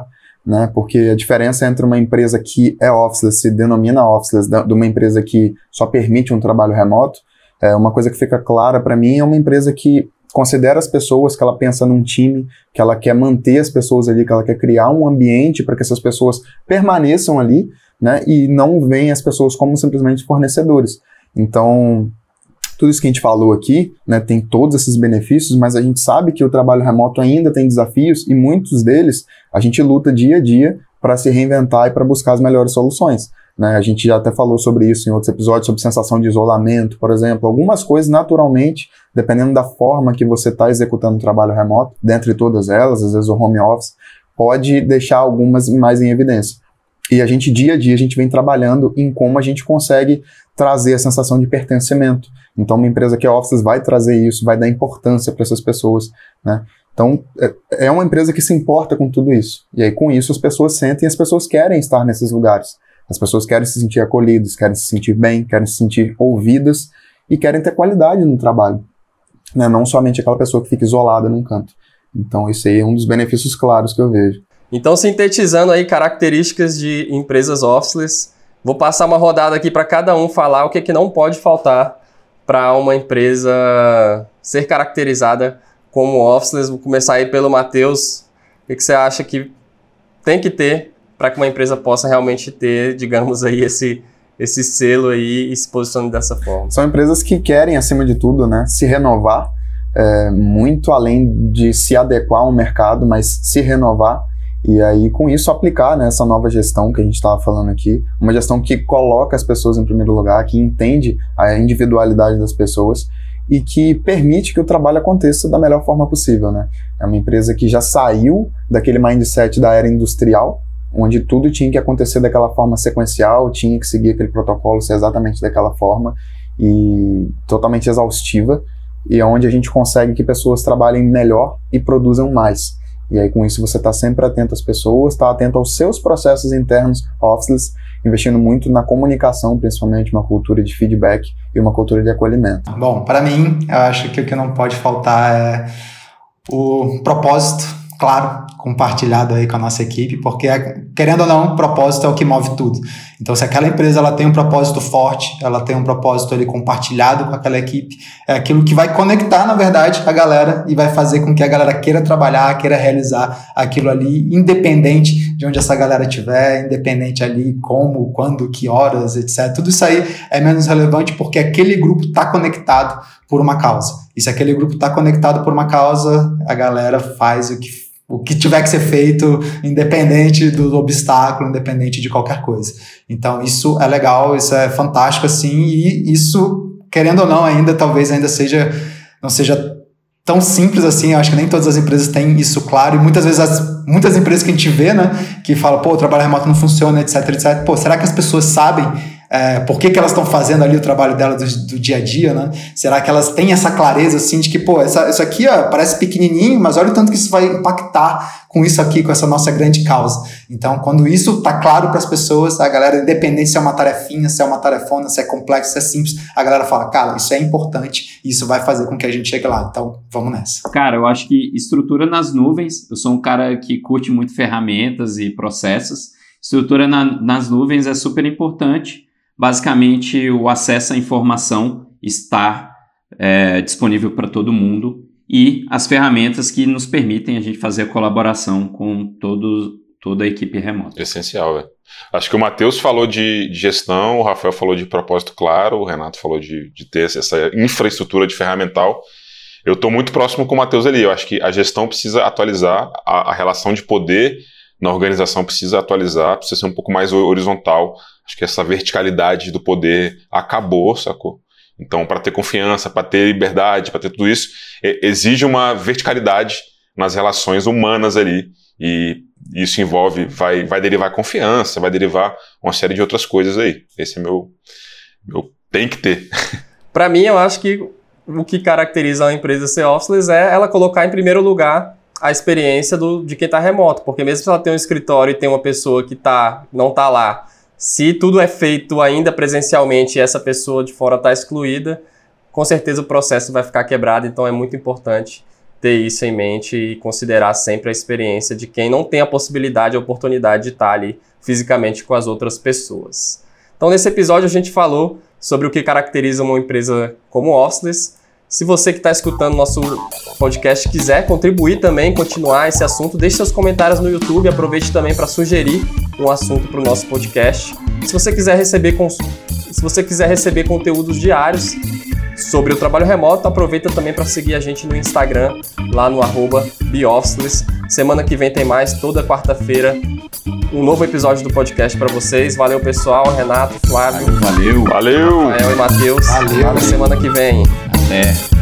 né? Porque a diferença entre uma empresa que é officeless, se denomina officeless, de uma empresa que só permite um trabalho remoto, é uma coisa que fica clara para mim, é uma empresa que considera as pessoas, que ela pensa num time, que ela quer manter as pessoas ali, que ela quer criar um ambiente para que essas pessoas permaneçam ali, né? E não veem as pessoas como simplesmente fornecedores. Então, tudo isso que a gente falou aqui, né, tem todos esses benefícios, mas a gente sabe que o trabalho remoto ainda tem desafios e muitos deles a gente luta dia a dia para se reinventar e para buscar as melhores soluções. Né? A gente já até falou sobre isso em outros episódios, sobre sensação de isolamento, por exemplo. Algumas coisas, naturalmente, dependendo da forma que você está executando o trabalho remoto, dentre todas elas, às vezes o home office, pode deixar algumas mais em evidência. E a gente, dia a dia, a gente vem trabalhando em como a gente consegue trazer a sensação de pertencimento. Então, uma empresa que é office vai trazer isso, vai dar importância para essas pessoas, né? Então, é, é uma empresa que se importa com tudo isso. E aí, com isso, as pessoas sentem e as pessoas querem estar nesses lugares. As pessoas querem se sentir acolhidas, querem se sentir bem, querem se sentir ouvidas e querem ter qualidade no trabalho, né? Não somente aquela pessoa que fica isolada num canto. Então, isso aí é um dos benefícios claros que eu vejo. Então, sintetizando aí características de empresas officeless, vou passar uma rodada aqui para cada um falar o que, que não pode faltar para uma empresa ser caracterizada como officeless. Vou começar aí pelo Matheus. O que, que você acha que tem que ter para que uma empresa possa realmente ter, digamos aí, esse, esse selo aí e se posicionar dessa forma? São empresas que querem, acima de tudo, né, se renovar, é, muito além de se adequar ao mercado, mas se renovar. E aí, com isso, aplicar, né, essa nova gestão que a gente estava falando aqui, uma gestão que coloca as pessoas em primeiro lugar, que entende a individualidade das pessoas e que permite que o trabalho aconteça da melhor forma possível, né? É uma empresa que já saiu daquele mindset da era industrial, onde tudo tinha que acontecer daquela forma sequencial, tinha que seguir aquele protocolo, ser exatamente daquela forma e totalmente exaustiva, e é onde a gente consegue que pessoas trabalhem melhor e produzam mais. E aí, com isso, você está sempre atento às pessoas, está atento aos seus processos internos officeless, investindo muito na comunicação, principalmente uma cultura de feedback e uma cultura de acolhimento. Bom, para mim, eu acho que o que não pode faltar é o propósito, claro, compartilhado aí com a nossa equipe, porque, querendo ou não, o propósito é o que move tudo. Então, se aquela empresa ela tem um propósito forte, ela tem um propósito ali compartilhado com aquela equipe, é aquilo que vai conectar, na verdade, a galera e vai fazer com que a galera queira trabalhar, queira realizar aquilo ali, independente de onde essa galera estiver, independente ali como, quando, que horas, etcétera. Tudo isso aí é menos relevante porque aquele grupo está conectado por uma causa. E se aquele grupo está conectado por uma causa, a galera faz o que o que tiver que ser feito, independente do obstáculo, independente de qualquer coisa. Então, isso é legal, isso é fantástico, assim, e isso, querendo ou não, ainda, talvez ainda seja, não seja tão simples assim. Eu acho que nem todas as empresas têm isso claro, e muitas vezes, as, muitas empresas que a gente vê, né, que falam, pô, o trabalho remoto não funciona, etc, etcétera. Pô, será que as pessoas sabem É, por que, que elas estão fazendo ali o trabalho delas do, do dia a dia, né? Será que elas têm essa clareza, assim, de que, pô, essa, isso aqui ó, parece pequenininho, mas olha o tanto que isso vai impactar com isso aqui, com essa nossa grande causa. Então, quando isso tá claro para as pessoas, a galera, independente se é uma tarefinha, se é uma tarefona, se é complexo, se é simples, a galera fala, cara, isso é importante e isso vai fazer com que a gente chegue lá. Então, vamos nessa. Cara, eu acho que estrutura nas nuvens, eu sou um cara que curte muito ferramentas e processos, estrutura na, nas nuvens é super importante. Basicamente, o acesso à informação está é, disponível para todo mundo e as ferramentas que nos permitem a gente fazer a colaboração com todo, toda a equipe remota. Essencial, velho. Acho que o Matheus falou de, de gestão, o Rafael falou de propósito claro, o Renato falou de, de ter essa infraestrutura de ferramental. Eu estou muito próximo com o Matheus ali. Eu acho que a gestão precisa atualizar, a, a relação de poder na organização precisa atualizar, precisa ser um pouco mais horizontal. Acho que essa verticalidade do poder acabou, sacou? Então, para ter confiança, para ter liberdade, para ter tudo isso, exige uma verticalidade nas relações humanas ali. E isso envolve, vai, vai derivar confiança, vai derivar uma série de outras coisas aí. Esse é meu, meu tem que ter. Para mim, eu acho que o que caracteriza a empresa ser officeless é ela colocar em primeiro lugar a experiência do, de quem está remoto, porque mesmo se ela tem um escritório e tem uma pessoa que tá, não está lá, se tudo é feito ainda presencialmente e essa pessoa de fora está excluída, com certeza o processo vai ficar quebrado, então é muito importante ter isso em mente e considerar sempre a experiência de quem não tem a possibilidade, a oportunidade de estar ali fisicamente com as outras pessoas. Então, nesse episódio, a gente falou sobre o que caracteriza uma empresa como Officeless. Se você que está escutando nosso podcast quiser contribuir também, continuar esse assunto, deixe seus comentários no YouTube, aproveite também para sugerir um assunto para o nosso podcast. Se você quiser receber, cons... Se você quiser receber conteúdos diários sobre o trabalho remoto, aproveita também para seguir a gente no Instagram, lá no arroba beofficeless. Semana que vem tem mais, toda quarta-feira, um novo episódio do podcast para vocês. Valeu, pessoal. Renato, Flávio. Valeu. Valeu. Rafael e Matheus. Valeu. Até semana que vem. Até.